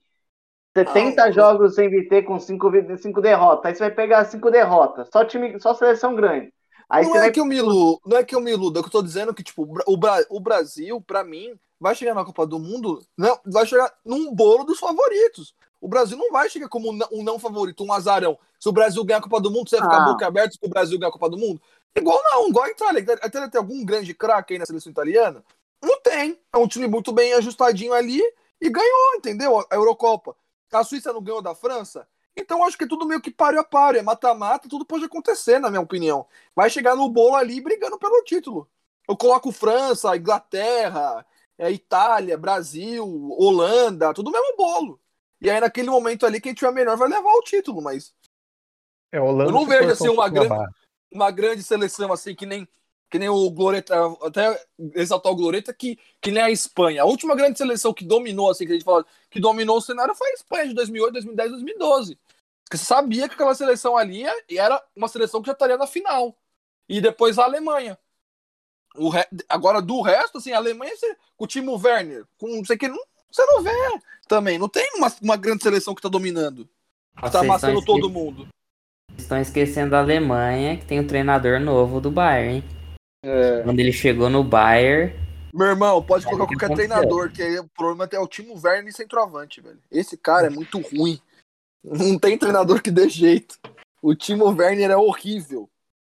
70 Não. jogos sem VT com 5 derrotas. Aí você vai pegar 5 derrotas. Só seleção grande. Aí Não você é vai. que eu me iludo, é que eu tô dizendo que, tipo, o Brasil, pra mim, vai chegar na Copa do Mundo, não, vai chegar num bolo dos favoritos. O Brasil não vai chegar como um não favorito, um azarão. Se o Brasil ganhar a Copa do Mundo, você vai ficar boca aberta se o Brasil ganhar a Copa do Mundo? Igual a Itália. A Itália tem algum grande craque aí na seleção italiana? Não tem. É um time muito bem ajustadinho ali e ganhou, entendeu? A Eurocopa. A Suíça não ganhou da França? Então acho que é tudo meio que páreo a páreo. É mata-mata, tudo pode acontecer, na minha opinião. Vai chegar no bolo ali brigando pelo título. Eu coloco França, Inglaterra, Itália, Brasil, Holanda, tudo mesmo bolo. E aí naquele momento ali, quem tiver melhor vai levar o título, mas Holanda, eu não se vejo for assim São Paulo, uma grande seleção assim que nem o Gloreta, até exaltar o Gloreta, que nem a Espanha. A última grande seleção que dominou, assim, que a gente fala, que dominou o cenário foi a Espanha de 2008, 2010, 2012. Porque você sabia que aquela seleção ali era uma seleção que já estaria na final. E depois a Alemanha. Agora, do resto, assim, a Alemanha, com o Timo Werner, com não sei o que, não Você não vê também. Não tem uma grande seleção que tá dominando. Que tá amassando todo mundo. Estão esquecendo a Alemanha, que tem um treinador novo do Bayern, hein? Quando ele chegou no Bayern... Meu irmão, pode colocar que qualquer aconteceu? treinador, que aí o problema é o Timo Werner e centroavante, velho. Esse cara é muito ruim. Não tem treinador que dê jeito. O Timo Werner é horrível.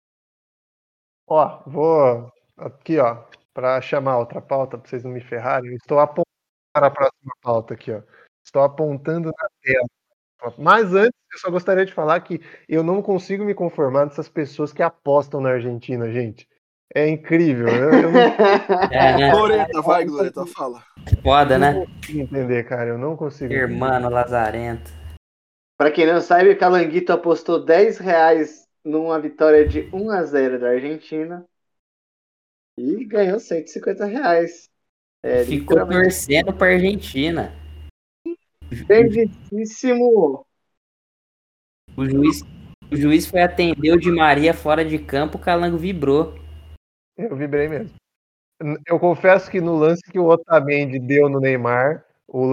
Ó, vou aqui, ó, para chamar outra pauta, para vocês não me ferrarem. Estou apontando para a próxima pauta aqui, ó. Estou apontando na tela. Mas antes, eu só gostaria de falar que eu não consigo me conformar dessas pessoas que apostam na Argentina, gente. É incrível. Eu não né? Gloreta, vai, Gloreta, fala. Foda, né? consigo entender, cara. Eu não consigo entender. Irmão Lazarento. Pra quem não sabe, Calanguito apostou R$10 numa vitória de 1-0 da Argentina e ganhou R$150. Ficou Literalmente torcendo pra Argentina. perigosíssimo. O juiz foi atender o Di Maria fora de campo, o Calango vibrou. Eu vibrei mesmo. Eu confesso que no lance que o Otamendi deu no Neymar,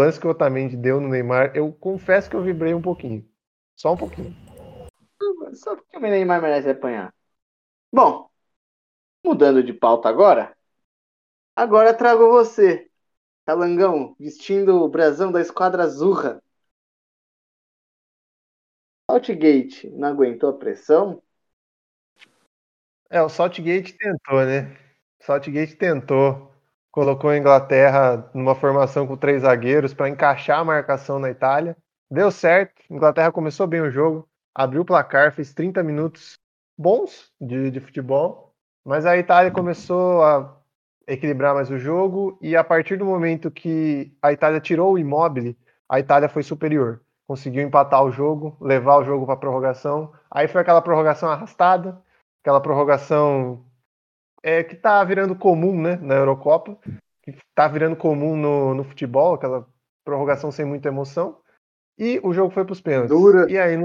eu confesso que eu vibrei um pouquinho. Só um pouquinho. Só porque o Neymar merece apanhar. Bom, mudando de pauta agora trago você, Calangão, vestindo o brasão da Esquadra Azurra. Southgate não aguentou a pressão? O Southgate tentou, né? Southgate tentou. Colocou a Inglaterra numa formação com 3 zagueiros para encaixar a marcação na Itália. Deu certo. A Inglaterra começou bem o jogo, abriu o placar, fez 30 minutos bons de futebol, mas a Itália começou a equilibrar mais o jogo e a partir do momento que a Itália tirou o Immobile, a Itália foi superior. Conseguiu empatar o jogo, levar o jogo para a prorrogação. Aí foi aquela prorrogação arrastada, aquela prorrogação que tá virando comum, né, na Eurocopa, que tá virando comum no futebol, aquela prorrogação sem muita emoção, e o jogo foi para os pênaltis. Dura.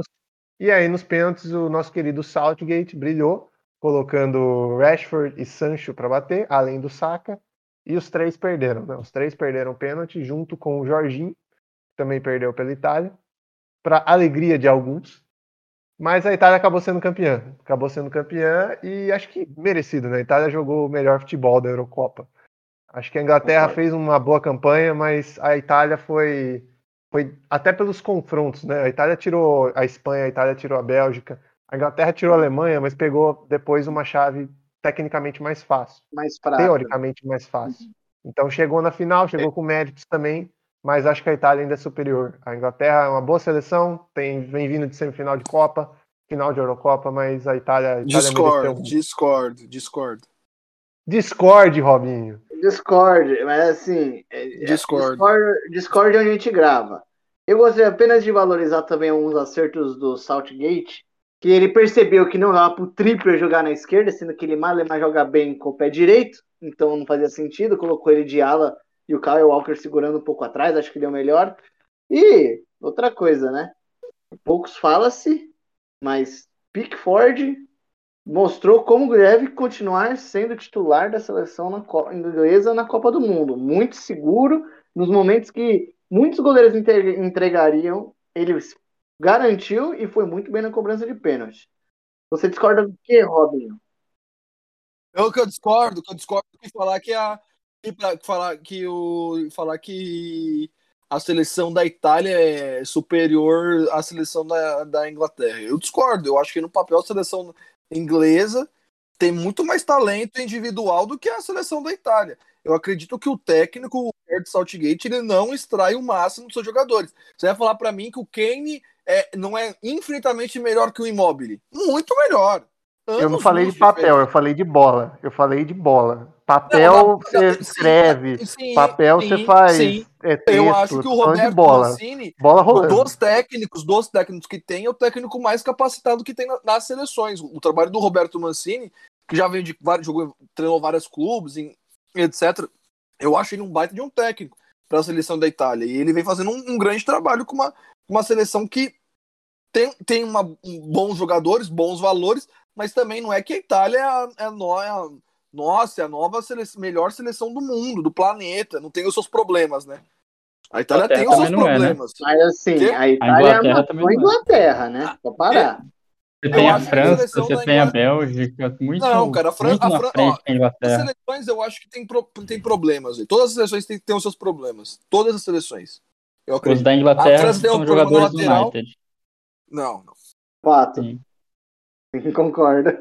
E aí nos pênaltis o nosso querido Southgate brilhou, colocando Rashford e Sancho para bater, além do Saka, e os 3 perderam, né? Os 3 perderam pênalti junto com o Jorginho, que também perdeu pela Itália, para alegria de alguns. Mas a Itália acabou sendo campeã e acho que merecido, né? A Itália jogou o melhor futebol da Eurocopa. Acho que a Inglaterra fez uma boa campanha, mas a Itália foi até pelos confrontos, né? A Itália tirou a Espanha, a Itália tirou a Bélgica, a Inglaterra tirou a Alemanha, mas pegou depois uma chave tecnicamente mais fácil, Mais fraca. teoricamente mais fácil. Então chegou na final, chegou com méritos também, mas acho que a Itália ainda é superior. A Inglaterra é uma boa seleção, vem vindo de semifinal de Copa, final de Eurocopa, mas a Itália mereceu. Discordo. Discorde, Robinho. Discord, mas assim, Discord é onde a gente grava. Eu gostaria apenas de valorizar também alguns acertos do Southgate, que ele percebeu que não dava pro Trippier jogar na esquerda, sendo que ele mais joga bem com o pé direito, então não fazia sentido, colocou ele de ala e o Kyle Walker segurando um pouco atrás, acho que deu melhor. E outra coisa, né? Poucos fala-se, mas Pickford mostrou como deve continuar sendo titular da seleção inglesa na Copa do Mundo. Muito seguro, nos momentos que muitos goleiros entregariam, ele garantiu e foi muito bem na cobrança de pênalti. Você discorda do que, Robinho? Eu discordo que falar que a seleção da Itália é superior à seleção da Inglaterra. Eu discordo. Eu acho que no papel a seleção inglesa tem muito mais talento individual do que a seleção da Itália. Eu acredito que o técnico, o Gareth Southgate, ele não extrai o máximo dos seus jogadores. Você vai falar para mim que o Kane não é infinitamente melhor que o Immobile? Muito melhor. Eu não falei de papel, eu falei de bola. Papel você escreve, papel você faz texto. Eu acho que o Roberto Mancini, dos técnicos que tem, é o técnico mais capacitado que tem nas seleções. O trabalho do Roberto Mancini, que já veio de vários jogos, treinou vários clubes, etc. Eu acho ele um baita de um técnico para a seleção da Itália. E ele vem fazendo um grande trabalho com uma seleção que tem bons jogadores, bons valores, mas também não é que a Itália é a nova melhor seleção do mundo, do planeta, não tem os seus problemas, né? A Itália Inglaterra tem os seus também não é, né? problemas. Mas assim, Quê? a Itália Inglaterra matou também a não é. Inglaterra, né? Pra parar. Você Eu tem a acho que a França, seleção você da tem a Inglaterra. Bélgica, muito, Não, cara, muito na frente que a as Inglaterra. seleções eu acho que tem problemas. Velho. Todas as seleções têm os seus problemas. Todas as seleções. Eu Os acredito. da A Inglaterra França tem um são problema na jogadores do lateral. United. Não. Fato. Sim. Concorda.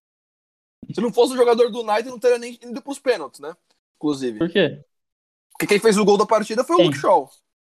Se não fosse o jogador do United, não teria nem ido pros pênaltis, né? Inclusive. Por quê? Porque quem fez o gol da partida foi o Quem? Luke Shaw.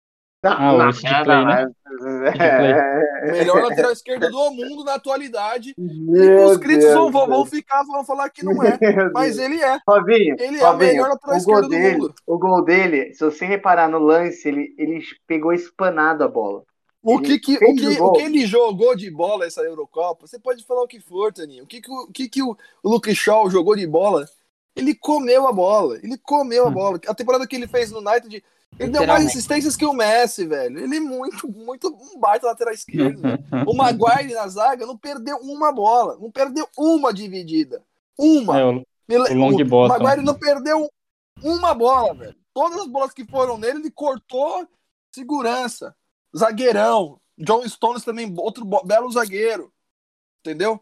O Sid Clay, né? Sid Clay. Melhor lateral esquerdo do mundo na atualidade. E Meu os críticos Deus, vão falar que não é. Meu Mas Deus. ele é. Robinho, Ele é o melhor lateral esquerdo do mundo. o gol dele, se você reparar no lance, ele pegou espanado a bola. O que fez o gol. ele jogou de bola essa Eurocopa? Você pode falar o que for, Taninho. O que o Luke Shaw jogou de bola? Ele comeu a bola. Ele comeu a bola. A temporada que ele fez no United, ele deu mais assistências que o Messi, velho. Ele é muito um baita lateral esquerdo. Velho. O Maguire na zaga não perdeu uma bola. Não perdeu uma dividida. Uma. O long bottom. O Maguire não perdeu uma bola, velho. Todas as bolas que foram nele, ele cortou segurança. Zagueirão. John Stones também, outro belo zagueiro. Entendeu?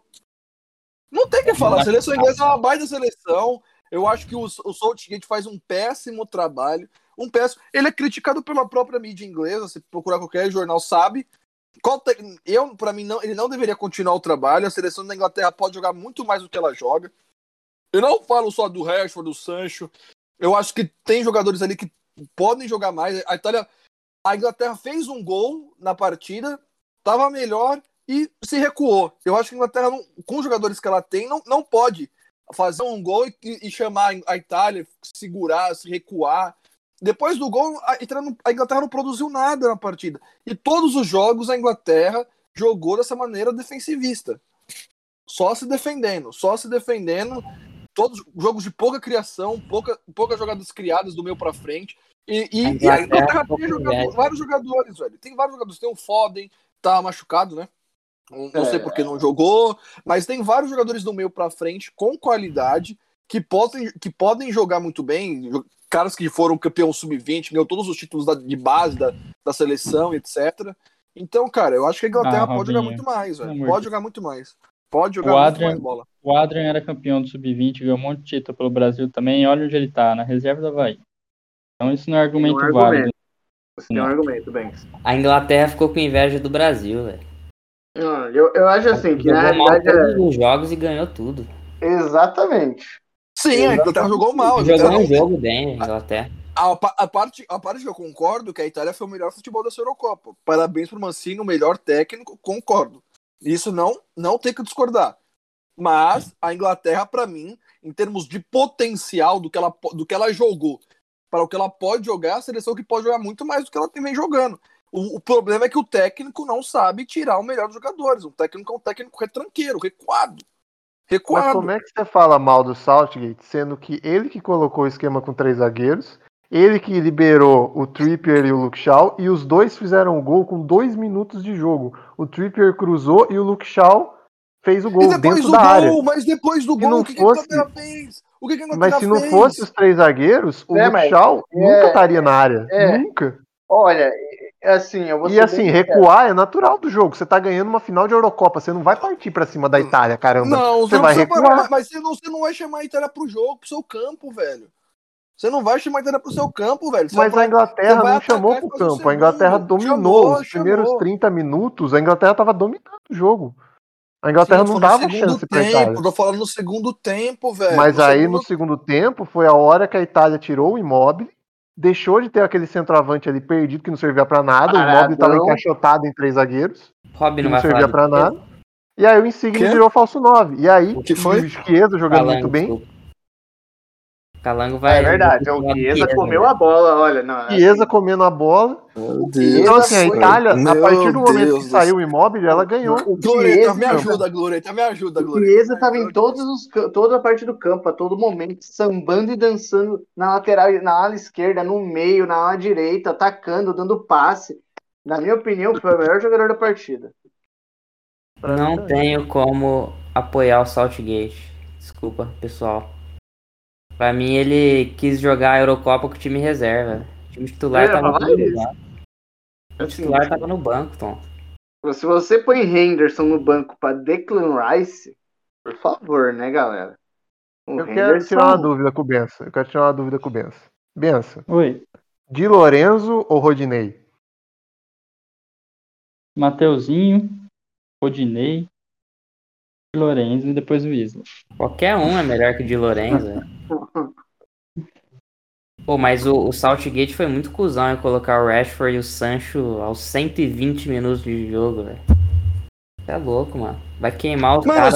Não tem o que falar. A seleção inglesa é uma baita seleção. Eu acho que o Southgate faz um péssimo trabalho. Ele é criticado pela própria mídia inglesa. Se procurar qualquer jornal, sabe. Para mim, ele não deveria continuar o trabalho. A seleção da Inglaterra pode jogar muito mais do que ela joga. Eu não falo só do Rashford, do Sancho. Eu acho que tem jogadores ali que podem jogar mais. A Inglaterra fez um gol na partida, estava melhor e se recuou. Eu acho que a Inglaterra, com os jogadores que ela tem, não pode fazer um gol e chamar a Itália, segurar, se recuar. Depois do gol, a Inglaterra não produziu nada na partida. E todos os jogos a Inglaterra jogou dessa maneira defensivista. Só se defendendo. Todos jogos de pouca criação, poucas jogadas criadas do meio para frente. E a Inglaterra tem vários jogadores, velho. Tem vários jogadores. Tem o Foden, tá machucado, né? Não sei porque não jogou, mas tem vários jogadores do meio pra frente com qualidade que podem jogar muito bem. Caras que foram campeão sub-20, ganhou todos os títulos de base da seleção, etc. Então, cara, eu acho que a Inglaterra pode jogar muito mais, velho. Pode jogar muito mais. Pode jogar muito mais bola. O Adrian era campeão do sub-20, ganhou um monte de título pelo Brasil também. Olha onde ele tá, na reserva do Avaí. Então isso não é argumento válido. Você tem um argumento, Banks. A Inglaterra ficou com inveja do Brasil, velho. Eu acho assim, que na realidade todos os jogos e ganhou tudo. Exatamente. Sim, a Inglaterra jogou mal. Jogou um jogo bem, a Inglaterra. A parte que eu concordo que a Itália foi o melhor futebol dessa Eurocopa. Parabéns pro Mancini, o melhor técnico, concordo. Isso não tem que discordar. Mas a Inglaterra, para mim, em termos de potencial do que ela jogou, para o que ela pode jogar, é a seleção que pode jogar muito mais do que ela vem jogando. O problema é que o técnico não sabe tirar o melhor dos jogadores. O técnico é um técnico retranqueiro, recuado. Mas como é que você fala mal do Southgate, sendo que ele que colocou o esquema com 3 zagueiros, ele que liberou o Trippier e o Luke Shaw, e os dois fizeram o gol com 2 minutos de jogo. O Trippier cruzou e o Luke Shaw fez o gol dentro da área. Mas depois do gol, o que a Inglaterra fez? Mas se não fosse os 3 zagueiros, o Luke Shaw nunca estaria na área. Nunca. Olha, assim, eu vou E assim, recuar é natural do jogo. Você tá ganhando uma final de Eurocopa. Você não vai partir pra cima da Itália, caramba. Não, você vai recuar. Mas você não vai chamar a Itália pro jogo, pro seu campo, velho. Você não vai chamar a Itália pro seu campo, velho. Mas a Inglaterra não chamou pro campo. A Inglaterra dominou os primeiros 30 minutos. A Inglaterra tava dominando o jogo. A Inglaterra não dava chance pra Itália. Tô falando no segundo tempo, velho. Mas aí no segundo tempo foi a hora que a Itália tirou o Immobile, deixou de ter aquele centroavante ali perdido que não servia pra nada. O Immobile tava encaixotado em 3 zagueiros. Robin não servia pra nada. E aí o Insigne virou falso 9. E aí o que foi? O Chiesa jogando muito bem. Calango vai. É verdade, o Chiesa comeu a bola, olha. Chiesa comendo a bola. Então, assim, a Itália, a partir do momento que saiu o Immobile, ela ganhou. Glorieta, me ajuda, Glorieta. O Chiesa tava em toda a parte do campo, a todo momento, sambando e dançando na lateral, na ala esquerda, no meio, na ala direita, atacando, dando passe. Na minha opinião, foi o melhor jogador da partida. Não tenho como apoiar o Southgate. Desculpa, pessoal. Pra mim, ele quis jogar a Eurocopa com o time reserva. time titular tava falar no isso. banco. O time titular tava no banco, Tom. Se você põe Henderson no banco pra Declan Rice, por favor, né, galera? O Eu quero Henderson. tirar uma dúvida com o Benção. Benção, Oi, Di Lorenzo ou Rodinei? Mateuzinho, Rodinei, Lorenzo e depois o Isla. Qualquer um é melhor que o Di Lorenzo, velho. Pô, mas o Southgate foi muito cuzão em colocar o Rashford e o Sancho aos 120 minutos de jogo, velho. Você é louco, mano. Vai queimar os Mano, caras.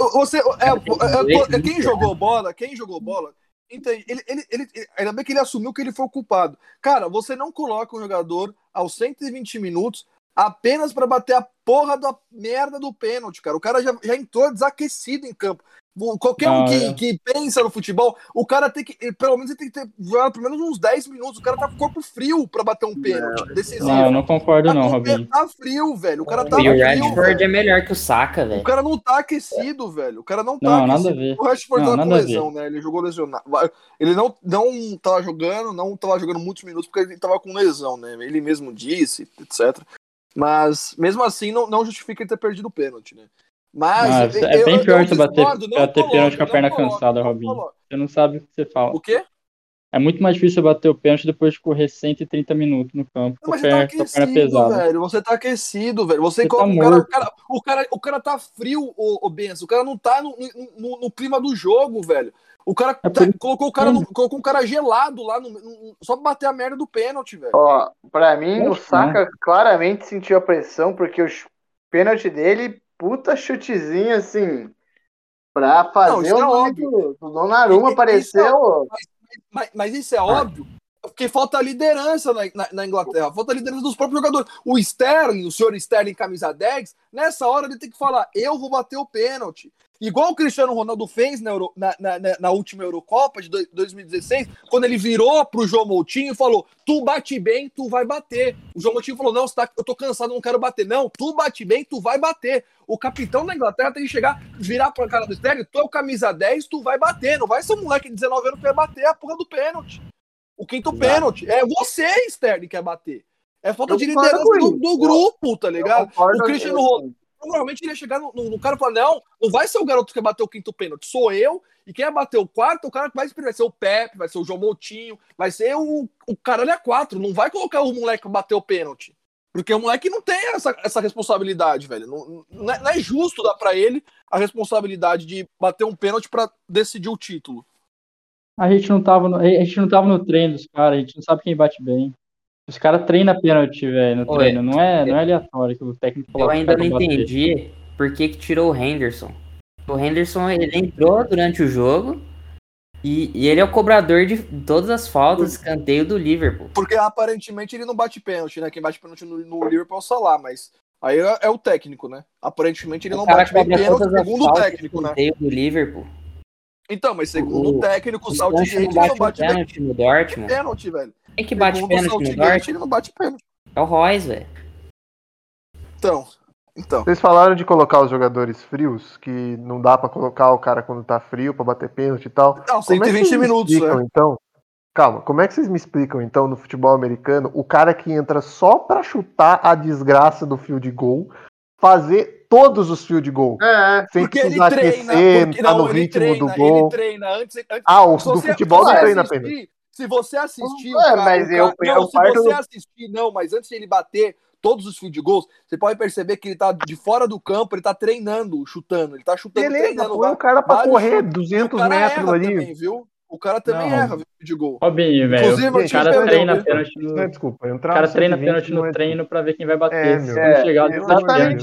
quem jogou bola, entende? Ainda bem que ele assumiu que ele foi o culpado. Cara, você não coloca um jogador aos 120 minutos apenas pra bater a porra da merda do pênalti, cara. O cara já entrou desaquecido em campo. Qualquer um que pensa no futebol, o cara tem que, pelo menos, ele tem que ter jogado pelo menos uns 10 minutos. O cara tá com o corpo frio pra bater um pênalti decisivo. Não, eu não concordo não, Robinho. Tá frio, velho. O cara tá E o frio, Rashford velho. é melhor que o Saka, velho. O cara não tá aquecido, velho. O cara não tá Não, aquecido. nada a ver. O Rashford Não, tava com nada a lesão, né? Ele jogou lesionado. Ele não tava jogando muitos minutos porque ele tava com lesão, né? Ele mesmo disse, etc. Mas, mesmo assim, não justifica ele ter perdido o pênalti, né? Mas é bem pior você bater pênalti com a perna coloca, cansada, não Robinho. coloca. Você não sabe o que você fala. O quê? É muito mais difícil você bater o pênalti depois de correr 130 minutos no campo com a Mas você tá perna aquecido, pesada. velho. Você tá aquecido, velho. Você tá O cara tá frio, o Benção. O cara não tá no clima do jogo, velho. O cara colocou um cara gelado lá só pra bater a merda do pênalti, velho. Ó, pra mim, o Acho que Saka claramente sentiu a pressão, porque o pênalti dele, puta chutezinho, assim, pra fazer isso o é nome óbvio. do Donnarumma apareceu. Mas isso é óbvio, porque falta liderança na Inglaterra, falta liderança dos próprios jogadores. O Sterling, o senhor Sterling, camisa 10, nessa hora ele tem que falar: eu vou bater o pênalti. Igual o Cristiano Ronaldo fez na última Eurocopa de 2016, quando ele virou pro João Moutinho e falou: tu bate bem, tu vai bater. O João Moutinho falou: não, eu tô cansado, não quero bater. Não, tu bate bem, tu vai bater. O capitão da Inglaterra tem que chegar, virar pra cara do Sterling: tu é o camisa 10, tu vai bater. Não vai ser um moleque de 19 anos que vai bater a porra do pênalti. O quinto pênalti. É você, Sterling, que quer bater. É falta de liderança do grupo, tá ligado? O Cristiano Ronaldo provavelmente ele ia chegar no cara e falar: não vai ser o garoto que vai bater o quinto pênalti, sou eu, e quem vai bater o quarto, o cara que vai ser o Pepe, vai ser o João Moutinho, vai ser o caralho a 4, não vai colocar o moleque pra bater o pênalti, porque o moleque não tem essa responsabilidade, velho, não é justo dar pra ele a responsabilidade de bater um pênalti pra decidir o título. A gente não tava no treino dos caras, a gente não sabe quem bate bem. Os caras treinam pênalti, velho, no treino. Não é aleatório que o técnico coloca. Eu ainda não entendi por que tirou o Henderson. O Henderson, ele entrou durante o jogo e ele é o cobrador de todas as faltas, escanteio do Liverpool. Porque aparentemente ele não bate pênalti, né? Quem bate pênalti no Liverpool é o Salah, mas aí é o técnico, né? Aparentemente ele não bate bem pênalti, segundo o técnico, né? Do Liverpool. Então, mas segundo o técnico, o Southgate ele não bate pênalti no Dortmund. Pênalti, velho. Quem que bate pênalti no Dortmund? Ele não bate pênalti. É o Royce, velho. Então. Vocês falaram de colocar os jogadores frios, que não dá pra colocar o cara quando tá frio pra bater pênalti e tal. Não, 120 minutos, né? Então, calma, como é que vocês me explicam, então, no futebol americano, o cara que entra só pra chutar a desgraça do field goal, fazer todos os field goal, sem precisar aquecer, tá no ritmo do gol. Ele treina antes. O do futebol não treina apenas. Se você assistir mas antes de ele bater todos os field goals, você pode perceber que ele tá de fora do campo, ele tá treinando, chutando. Ele tá chutando, treinando. Põe o cara pra correr 200 metros ali. Também, viu? O cara também erra de gol. Robinho, velho. O cara treina pênalti no... Desculpa, o cara treina pênalti no treino pra ver quem vai bater. Exatamente.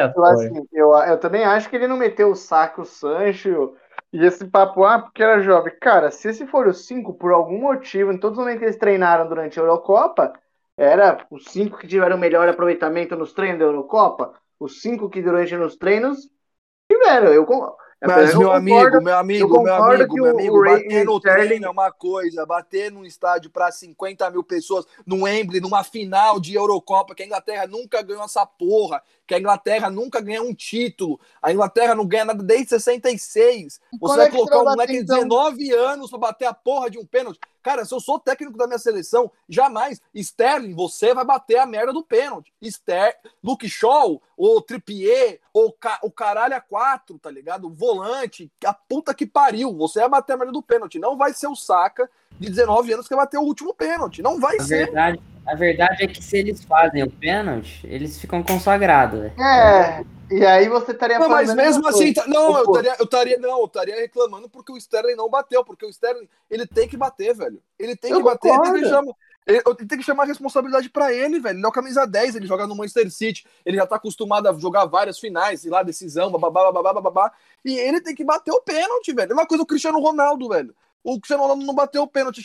Eu também acho que ele não meteu o saco, o Sancho e esse papo, porque era jovem. Cara, se esse for os 5, por algum motivo, em todos os momentos que eles treinaram durante a Eurocopa, era os 5 que tiveram melhor aproveitamento nos treinos da Eurocopa, os 5 que durante nos treinos tiveram. Mas meu amigo, bater no treino é uma coisa, bater num estádio para 50 mil pessoas, no Wembley, numa final de Eurocopa, que a Inglaterra nunca ganhou essa porra, que a Inglaterra nunca ganha um título. A Inglaterra não ganha nada desde 66. Você quando vai é que colocar você um vai moleque de bater, então? 19 anos pra bater a porra de um pênalti. Cara, se eu sou técnico da minha seleção, jamais. Sterling, você vai bater a merda do pênalti. Luke Shaw, ou Trippier, ou o caralho a 4, tá ligado? O volante, a puta que pariu. Você vai bater a merda do pênalti. Não vai ser o Saka de 19 anos que vai bater o último pênalti. Não vai ser. A verdade é que se eles fazem o pênalti, eles ficam consagrados, velho. E aí você estaria Não, mas fazendo a mesmo mesma assim, coisa. não, eu estaria reclamando porque o Sterling não bateu, porque o Sterling, ele tem que bater, velho. Ele tem que bater, ele tem que chamar a responsabilidade pra ele, velho. Ele é o camisa 10, ele joga no Manchester City, ele já tá acostumado a jogar várias finais, e lá, decisão, babá, e ele tem que bater o pênalti, velho. É uma coisa o Cristiano Ronaldo, velho. O Cristiano Ronaldo não bateu o pênalti,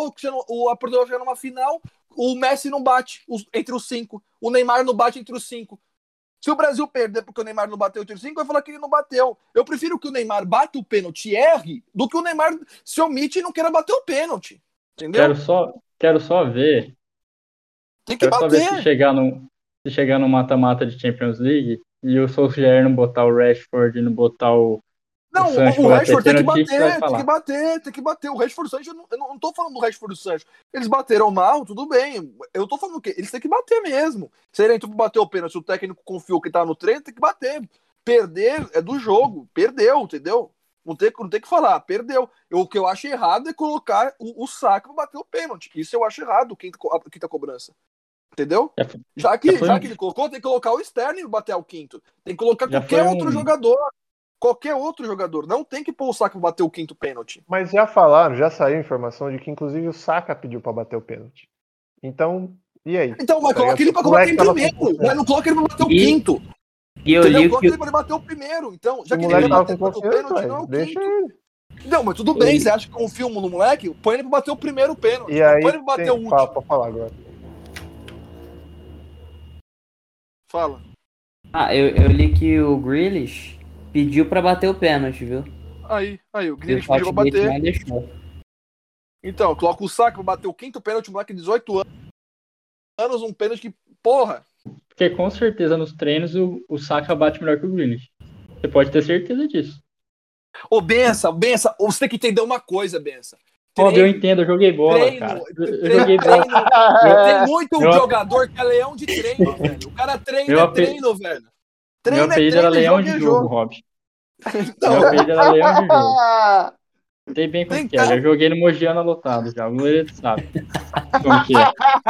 a Portugal chega numa final, o Messi não bate entre os 5, o Neymar não bate entre os 5. Se o Brasil perder porque o Neymar não bateu entre os 5, vai falar que ele não bateu. Eu prefiro que o Neymar bata o pênalti e erre do que o Neymar se omite e não queira bater o pênalti. Entendeu? Quero só ver. Tem que Quero só ver bater. se chegar no mata-mata de Champions League e o Solskjaer não botar o Rashford e não botar o Não, Sancho o pra Rashford bater, tem que o que você vai bater, falar? tem que bater. O Rashford e o Sancho, eu não tô falando do Rashford e o Sancho. Eles bateram mal, tudo bem. Eu tô falando o quê? Eles têm que bater mesmo. Se ele entrou pra bater o pênalti, se o técnico confiou que tá no treino, tem que bater. Perder é do jogo. Perdeu, entendeu? Não tem que falar, perdeu. O que eu acho errado é colocar o Saka pra bater o pênalti. Isso eu acho errado, quinta cobrança. Entendeu? Já que ele colocou, tem que colocar o Sterling pra bater o quinto. Tem que colocar qualquer outro jogador. Qualquer outro jogador. Não tem que pôr o Saka pra bater o quinto pênalti. Mas já saiu informação de que inclusive o Saka pediu pra bater o pênalti. Então, e aí? Então, mas coloca ele pra bater em primeiro. Mas não coloca ele pra bater o quinto. E eu Entendeu? li Coloca que ele pra bater o primeiro. Então, já que ele moleque vai tava bater com o pênalti, confiança, não é o deixa quinto. ele. Não, mas tudo bem, você acha que confia no moleque? Põe ele pra bater o primeiro pênalti. E aí, põe ele pra bater o último. Pode falar agora. Fala. eu li que o Grealish pediu pra bater o pênalti, viu? Aí, o E o Grealish pediu pra Southgate bater. não deixou. Então, coloca o Saka pra bater o quinto pênalti, moleque de 18 anos, um pênalti que, porra. Porque com certeza nos treinos o Saka bate melhor que o Grealish. Você pode ter certeza disso. Ô, Bença, você tem que entender uma coisa, Bença. Óbvio, eu entendo, eu joguei bola, cara. Eu joguei bola. Tem muito jogador que é leão de treino, velho. O cara treino, velho. Meu apelido era leão de jogo, Rob. Meu apelido era leão de jogo. Sei bem como que é. Já joguei no Mogiana lotado já. O Moreira sabe como que é.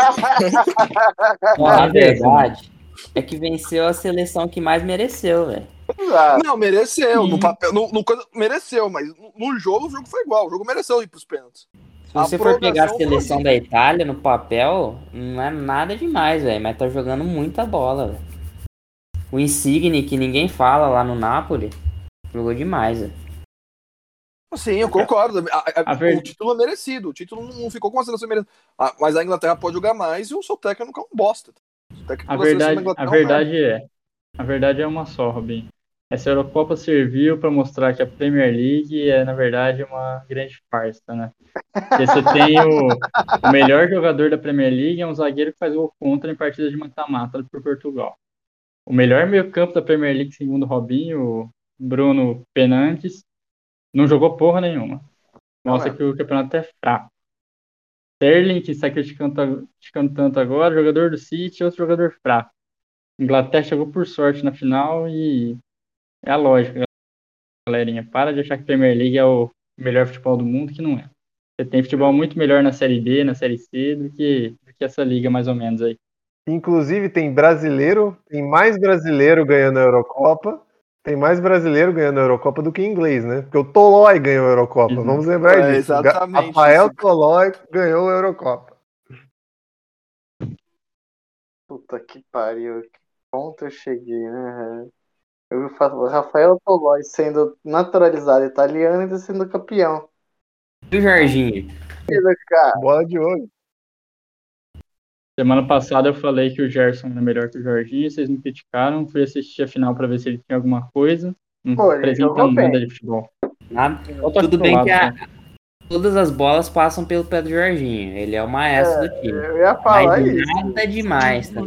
A verdade é que venceu a seleção que mais mereceu, velho. Não, mereceu. No papel, mereceu, mas no jogo, o jogo foi igual. O jogo mereceu ir pros pênaltis. Se você for pegar a seleção da Itália no papel, não é nada demais, velho. Mas tá jogando muita bola, velho. O Insigne, que ninguém fala lá no Napoli, jogou demais, velho. Sim, eu concordo. O título é merecido. O título não ficou com a seleção merecida. Mas a Inglaterra pode jogar mais e o seu técnico é um bosta. A verdade é uma só, Robin. Essa Eurocopa serviu para mostrar que a Premier League é, na verdade, uma grande farsa, né? Porque você tem o melhor jogador da Premier League, é um zagueiro que faz gol contra em partidas de mata-mata por Portugal. O melhor meio-campo da Premier League, segundo o Robinho, o Bruno Fernandes, não jogou porra nenhuma. Mostra que o campeonato é fraco. Sterling, que está criticando tanto agora, jogador do City, outro jogador fraco. Inglaterra chegou por sorte na final e é a lógica, galerinha. Para de achar que a Premier League é o melhor futebol do mundo, que não é. Você tem futebol muito melhor na Série B, na Série C, do que essa liga, mais ou menos, aí. Inclusive, tem mais brasileiro ganhando a Eurocopa. Tem mais brasileiro ganhando a Eurocopa do que inglês, né? Porque o Tolói ganhou a Eurocopa. Vamos lembrar disso. Exatamente. Rafael Tolói ganhou a Eurocopa. Puta que pariu. Que ponto eu cheguei, né? Eu vi o Rafael Tolói sendo naturalizado italiano e ainda sendo campeão. E o Jorginho? Bola de ouro. Semana passada eu falei que o Gerson era melhor que o Jorginho, vocês me criticaram, fui assistir a final pra ver se ele tinha alguma coisa. Não apresenta nada de futebol. Nada. Tudo bem que todas as bolas passam pelo pé do Jorginho. Ele é o maestro do time. Eu ia falar mas isso. Nada demais também.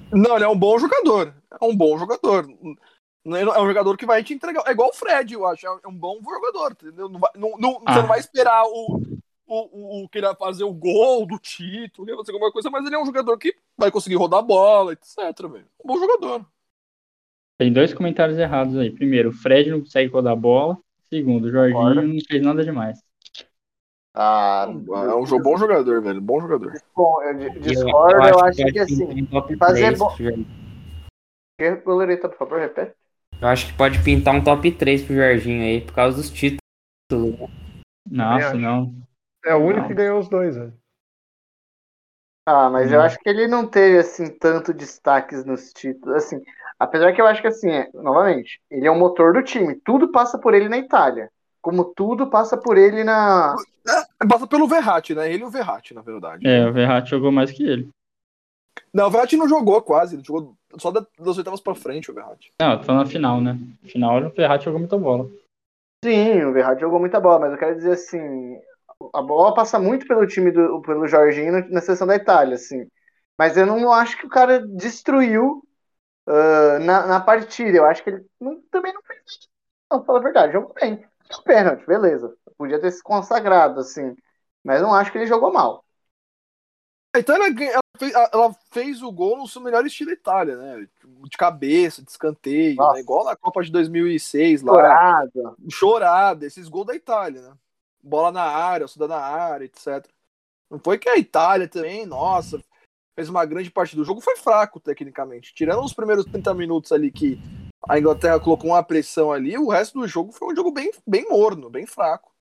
Não, ele é um bom jogador. É um bom jogador. É um jogador que vai te entregar. É igual o Fred, eu acho. É um bom jogador, entendeu? Você não vai esperar o que ele vai fazer o gol do título, vai fazer alguma coisa, mas ele é um jogador que vai conseguir rodar a bola, etc. Velho. Um bom jogador. Tem 2 comentários errados aí. Primeiro, o Fred não consegue rodar a bola. Segundo, o Jorginho não fez nada demais. Ah, É um bom jogador, velho. Bom jogador. bom, eu discordo, eu acho que assim, fazer bom. Goleireta, por favor, repete. Eu acho que pode pintar um top 3 pro Jorginho aí, por causa dos títulos. Nossa, acho. não. É o único que ganhou os dois, velho. Ah, mas eu acho que ele não teve, assim, tanto destaques nos títulos, assim, apesar que eu acho que, assim, novamente, ele é o motor do time, tudo passa por ele na Itália, como tudo passa por ele na... Passa pelo Verratti, né? Ele e o Verratti, na verdade. O Verratti jogou mais que ele. Não, o Verratti não jogou quase, ele jogou só das oitavas pra frente, o Verratti. Não, tô na final, né? Final, o Verratti jogou muita bola. Sim, o Verratti jogou muita bola, mas eu quero dizer, assim, a bola passa muito pelo time, pelo Jorginho na seleção da Itália, assim, mas eu não acho que o cara destruiu na partida, eu acho que ele também não fez, não, fala a verdade, jogou bem, deu pênalti, beleza, podia ter se consagrado, assim, mas não acho que ele jogou mal. Então ela fez o gol no seu melhor estilo Itália, né? De cabeça, de escanteio, né? Igual na Copa de 2006 lá. Chorada, esses gols da Itália, né? Bola na área, suda na área, etc. Não foi que a Itália também, nossa, fez uma grande parte do jogo, foi fraco tecnicamente. Tirando os primeiros 30 minutos ali que a Inglaterra colocou uma pressão ali, o resto do jogo foi um jogo bem, bem morno, bem fraco.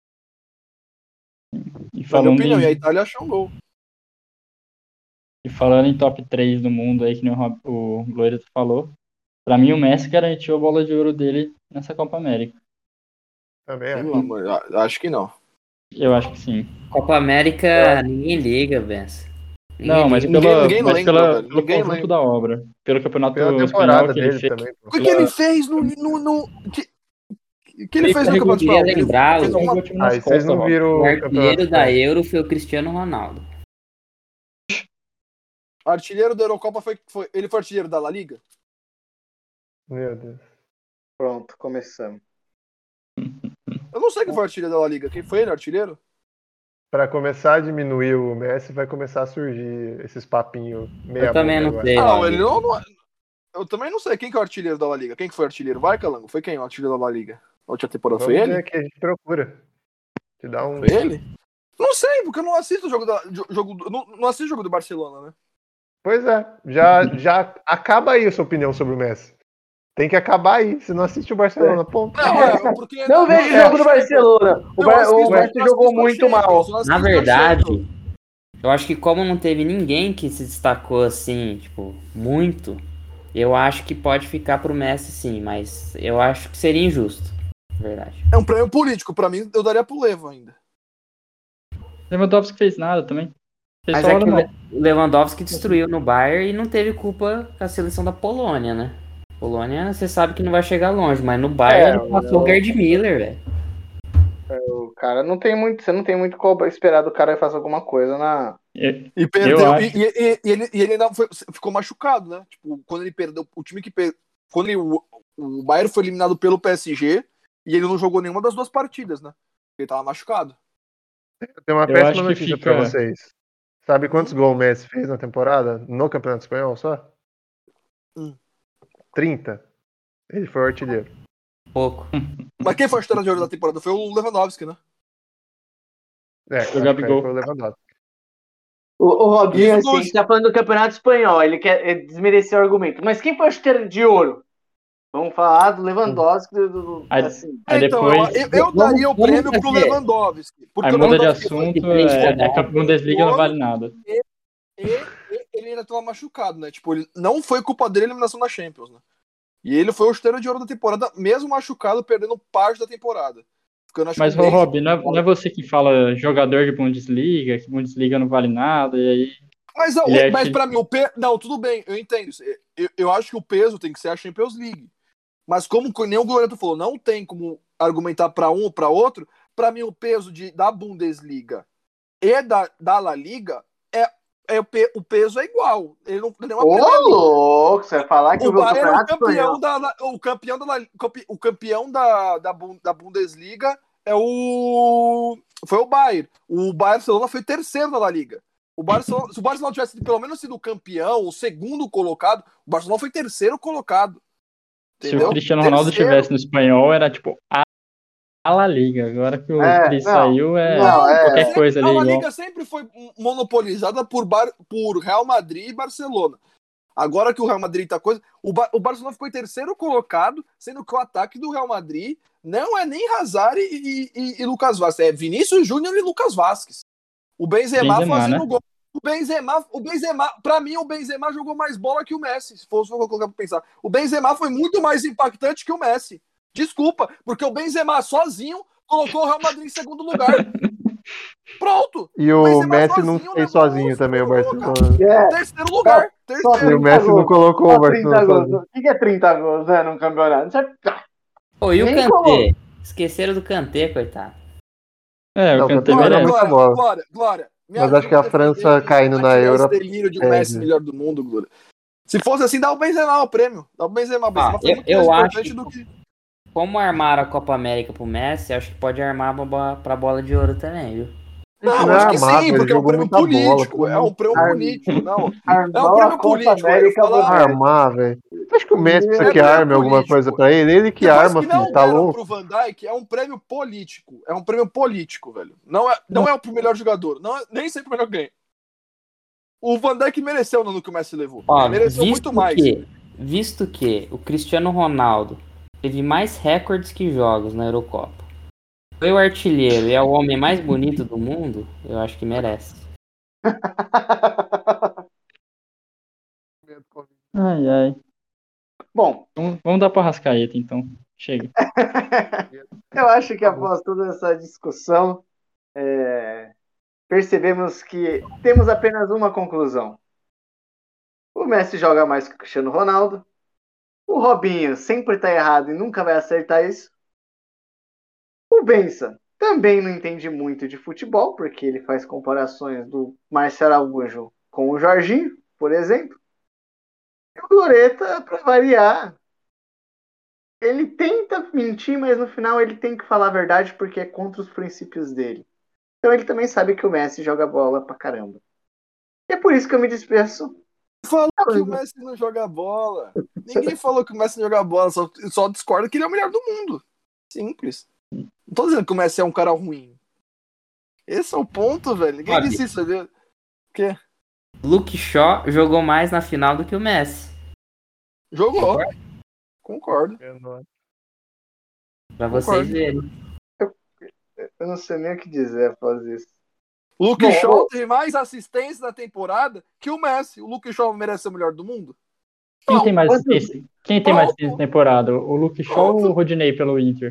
Na minha opinião, e a Itália achou um gol. E falando em top 3 do mundo aí, que nem o Glória falou, pra mim o Messi garantiu a bola de ouro dele nessa Copa América. Também acho que não. Eu acho que sim. Copa América, ninguém liga, Benz. Não, mas pelo conjunto da obra. Pelo campeonato espanhol que ele fez. Também, o que ele fez no que ele fez no campeonato espanhol? Lembrar, vocês não viram o artilheiro da Euro foi o Cristiano Ronaldo. O artilheiro da Eurocopa ele foi artilheiro da La Liga? Meu Deus. Pronto, começamos. Eu não sei quem foi o artilheiro da La Liga. Quem foi ele, artilheiro? Para começar a diminuir o Messi, vai começar a surgir esses papinhos meia Eu também não sei. Eu também não sei quem que é o artilheiro da La Liga. Quem que foi o artilheiro? Vai, Calango. Foi quem o artilheiro da La Liga? A última temporada foi ele? Que a gente procura. Te dá um... Foi ele? Não sei, porque eu não assisto o jogo não assisto o jogo do Barcelona, né? Pois é. Já acaba aí a sua opinião sobre o Messi. Tem que acabar aí. Você não assiste o Barcelona, ponto. Não vejo o jogo do Barcelona. O Messi jogou muito mal. Na verdade, eu acho que como não teve ninguém que se destacou assim, tipo, muito, eu acho que pode ficar pro Messi sim, mas eu acho que seria injusto. Verdade. É um prêmio político. Pra mim, eu daria pro Levo ainda. Lewandowski fez nada também. Mas é que o Lewandowski destruiu no Bayern e não teve culpa com a seleção da Polônia, né? Polônia, você sabe que não vai chegar longe, mas no Bayern ele passou o Gerd Miller, velho. O cara não tem muito, você não tem muito como esperar do cara que faça alguma coisa na... E perdeu, e ele ainda ficou machucado, né? Tipo, quando ele perdeu, o time que quando o Bayern foi eliminado pelo PSG e ele não jogou nenhuma das duas partidas, né? Ele tava machucado. Eu tenho uma péssima notícia pra vocês. Sabe quantos gols o Messi fez na temporada? No Campeonato Espanhol só? 30. Ele foi o artilheiro. Pouco. Mas quem foi o artilheiro da temporada? Foi o Lewandowski, né? O Gabigol. Foi o Lewandowski. O Robinho, assim, a gente tá falando do Campeonato Espanhol, ele quer desmerecer o argumento. Mas quem foi o artilheiro de ouro? Vamos falar do Lewandowski. Assim. Depois... eu daria o prêmio pro Lewandowski. Aí muda de assunto, a Bundesliga não vale nada. Ele ainda tava machucado, né? Tipo, não foi culpa dele a eliminação da Champions, né? E ele foi o artilheiro de ouro da temporada, mesmo machucado, perdendo parte da temporada. Mas, Rob, não é você que fala jogador de Bundesliga, que Bundesliga não vale nada, e aí... Mas pra mim, não, tudo bem, eu entendo isso. Eu acho que o peso tem que ser a Champions League. Mas como nem o Gloreto falou, não tem como argumentar pra um ou pra outro, pra mim o peso da Bundesliga e da La Liga o peso é igual. Ele não tem uma Ô, Premier League. louco, você vai falar que O o Bayern é campeonato espanhol... o campeão da Bundesliga foi o Bayern. O Barcelona foi terceiro na La Liga. Se o Barcelona tivesse pelo menos sido campeão, o segundo colocado, o Barcelona foi terceiro colocado. Entendeu? Se o Cristiano Ronaldo estivesse no espanhol, era tipo a La Liga. Agora que o Cris saiu, qualquer coisa ali. A La Liga sempre foi monopolizada por Real Madrid e Barcelona. Agora que o Real Madrid tá coisa... O Barcelona ficou em terceiro colocado, sendo que o ataque do Real Madrid não é nem Hazard e Lucas Vazquez, é Vinícius Júnior e Lucas Vazquez. O Benzema fazendo gol. O Benzema, pra mim, o Benzema jogou mais bola que o Messi, se fosse eu colocar pra pensar. O Benzema foi muito mais impactante que o Messi. Desculpa, porque o Benzema sozinho colocou o Real Madrid em segundo lugar. Pronto! E o Messi não fez sozinho também, o Barcelona. Terceiro lugar. E o Messi não colocou o Barcelona sozinho. O que é 30 gols, né, num campeonato? E o Kanté? Esqueceram do Kanté, coitado. O Kanté merece. Glória. Mas acho que a França caindo na Euro... Esse delírio de um Messi melhor do mundo, Glória. Se fosse assim, dá o Benzema o prêmio. Dá o Benzema. Foi muito eu mais acho importante do que... Como armaram a Copa América pro Messi, acho que pode armar pra bola de ouro também, viu? Não, acho que sim, porque é um prêmio político. É um prêmio político, não. É um prêmio político. Armar, velho. Você acha que o Messi precisa que arme alguma coisa pra ele? Ele que arma, filho, tá louco? Pro Van Dijk é um prêmio político. É um prêmio político, velho. Não é pro melhor jogador. Nem sempre o melhor ganha. O Van Dijk mereceu no ano que o Messi levou. Mereceu muito mais. Visto que o Cristiano Ronaldo teve mais recordes que jogos na Eurocopa, foi o artilheiro e é o homem mais bonito do mundo, eu acho que merece. Ai. Bom. Vamos dar pra Arrascaeta, então. Chega. Eu acho que após toda essa discussão, percebemos que temos apenas uma conclusão. O Messi joga mais que o Cristiano Ronaldo. O Robinho sempre está errado e nunca vai acertar isso. O Bença também não entende muito de futebol, porque ele faz comparações do Marcelo Araújo com o Jorginho, por exemplo. E o Loreta, para variar, ele tenta mentir, mas no final ele tem que falar a verdade porque é contra os princípios dele. Então ele também sabe que o Messi joga bola pra caramba. E é por isso que eu me despeço. Falou que o Messi não joga bola. Ninguém falou que o Messi não joga bola, só discorda que ele é o melhor do mundo. Simples. Não tô dizendo que o Messi é um cara ruim. Esse é o ponto, velho. Ninguém disse isso, viu? O quê? Luke Shaw jogou mais na final do que o Messi. Jogou. Concordo. Pra vocês verem. Eu não sei nem o que dizer após isso. Luke Shaw teve mais assistência na temporada que o Messi. O Luke Shaw merece ser o melhor do mundo? Quem tem mais assistência na temporada? O Luke Shaw ou o Rodinei pelo Inter?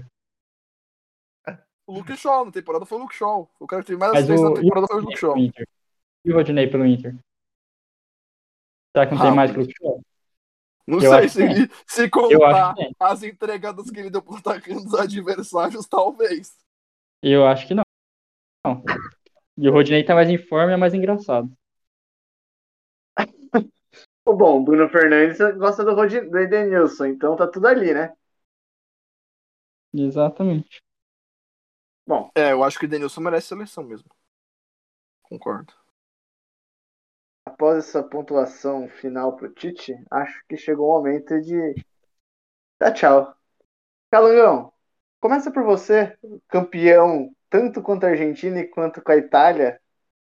O Luke Shaw, na temporada foi o Luke Shaw. O cara que teve mais assistência na temporada foi o Luke Shaw. E o Rodinei pelo Inter? Será que não tem mais que o Luke Shaw? Não sei se contar as entregadas que ele deu por atacando os adversários, talvez. Eu acho que não. E o Rodinei tá mais em forma e é mais engraçado. Bom, o Bruno Fernandes gosta do Edenilson, então tá tudo ali, né? Exatamente. Bom. Eu acho que o Edenilson merece seleção mesmo. Concordo. Após essa pontuação final pro Tite, acho que chegou o momento de dar tchau. Calangão, começa por você, campeão tanto contra a Argentina quanto com a Itália.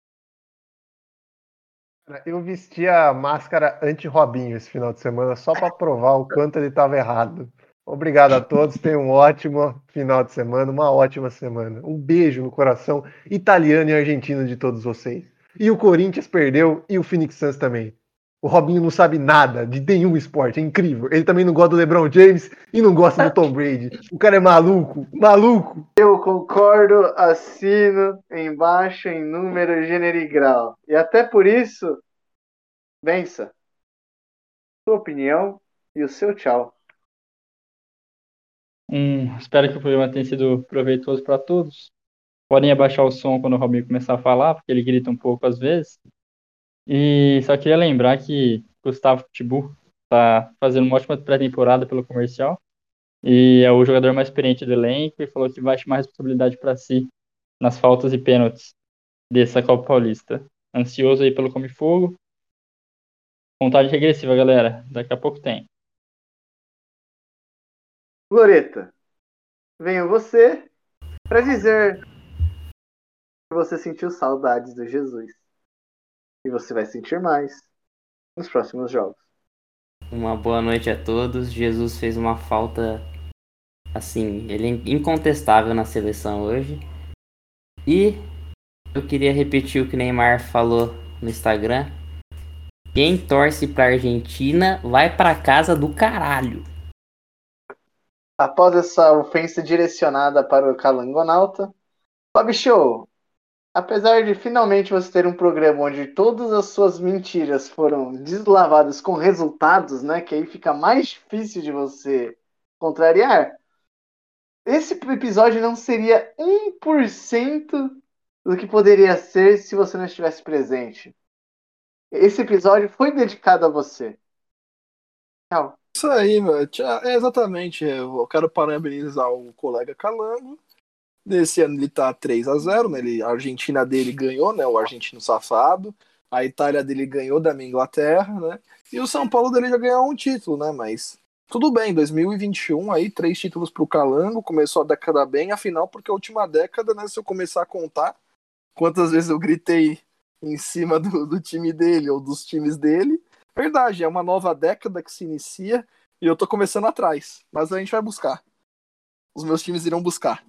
Eu vesti a máscara anti-Robinho esse final de semana só para provar o quanto ele estava errado. Obrigado a todos, tenham um ótimo final de semana, uma ótima semana. Um beijo no coração italiano e argentino de todos vocês. E o Corinthians perdeu e o Phoenix Suns também. O Robinho não sabe nada de nenhum esporte, é incrível. Ele também não gosta do LeBron James e não gosta do Tom Brady. O cara é maluco. Eu concordo, assino embaixo em número, gênero e grau. E até por isso, Bença, sua opinião e o seu tchau. Espero que o programa tenha sido proveitoso para todos. Podem abaixar o som quando o Robinho começar a falar, porque ele grita um pouco às vezes. E só queria lembrar que Gustavo Tibu tá fazendo uma ótima pré-temporada pelo Comercial e é o jogador mais experiente do elenco e falou que vai chamar a responsabilidade para si nas faltas e pênaltis dessa Copa Paulista. Ansioso aí pelo Come Fogo. Contagem regressiva, galera. Daqui a pouco tem. Loreta, venho você para dizer que você sentiu saudades do Jesus. E você vai sentir mais nos próximos jogos. Uma boa noite a todos. Jesus fez uma falta, assim, ele é incontestável na seleção hoje. E eu queria repetir o que o Neymar falou no Instagram. Quem torce pra Argentina vai pra casa do caralho. Após essa ofensa direcionada para o Calangonauta, Bob Show, apesar de finalmente você ter um programa onde todas as suas mentiras foram deslavadas com resultados, né, que aí fica mais difícil de você contrariar, esse episódio não seria 1% do que poderia ser se você não estivesse presente. Esse episódio foi dedicado a você. Tchau. Isso aí, velho. Exatamente. Eu quero parabenizar o colega Calango. Nesse ano ele tá 3-0, né? A Argentina dele ganhou, né? O argentino safado. A Itália dele ganhou da minha Inglaterra, né? E o São Paulo dele já ganhou um título, né? Mas tudo bem, 2021 aí, 3 títulos pro Calango. Começou a década bem, afinal, porque a última década, né? Se eu começar a contar quantas vezes eu gritei em cima do time dele ou dos times dele, verdade, é uma nova década que se inicia e eu tô começando atrás. Mas a gente vai buscar. Os meus times irão buscar.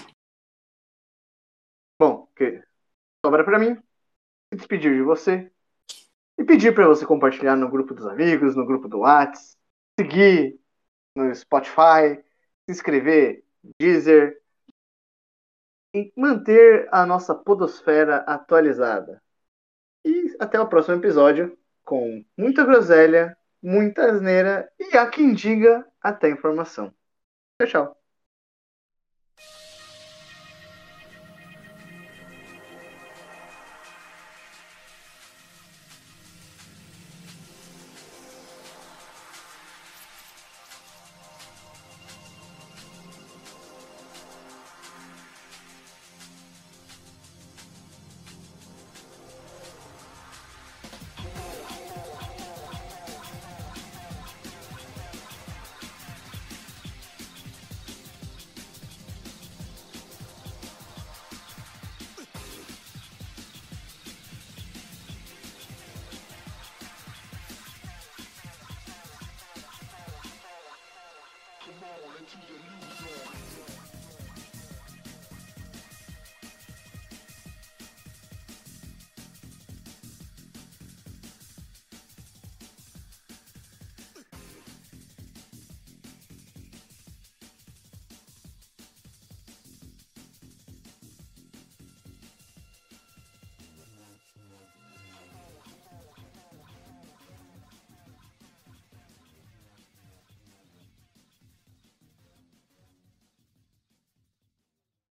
Bom, que sobra para mim se despedir de você e pedir para você compartilhar no grupo dos amigos, no grupo do WhatsApp, seguir no Spotify, se inscrever, Deezer e manter a nossa podosfera atualizada. E até o próximo episódio com muita groselha, muita asneira e há quem diga até informação. Tchau, tchau. Come on into the new dawn.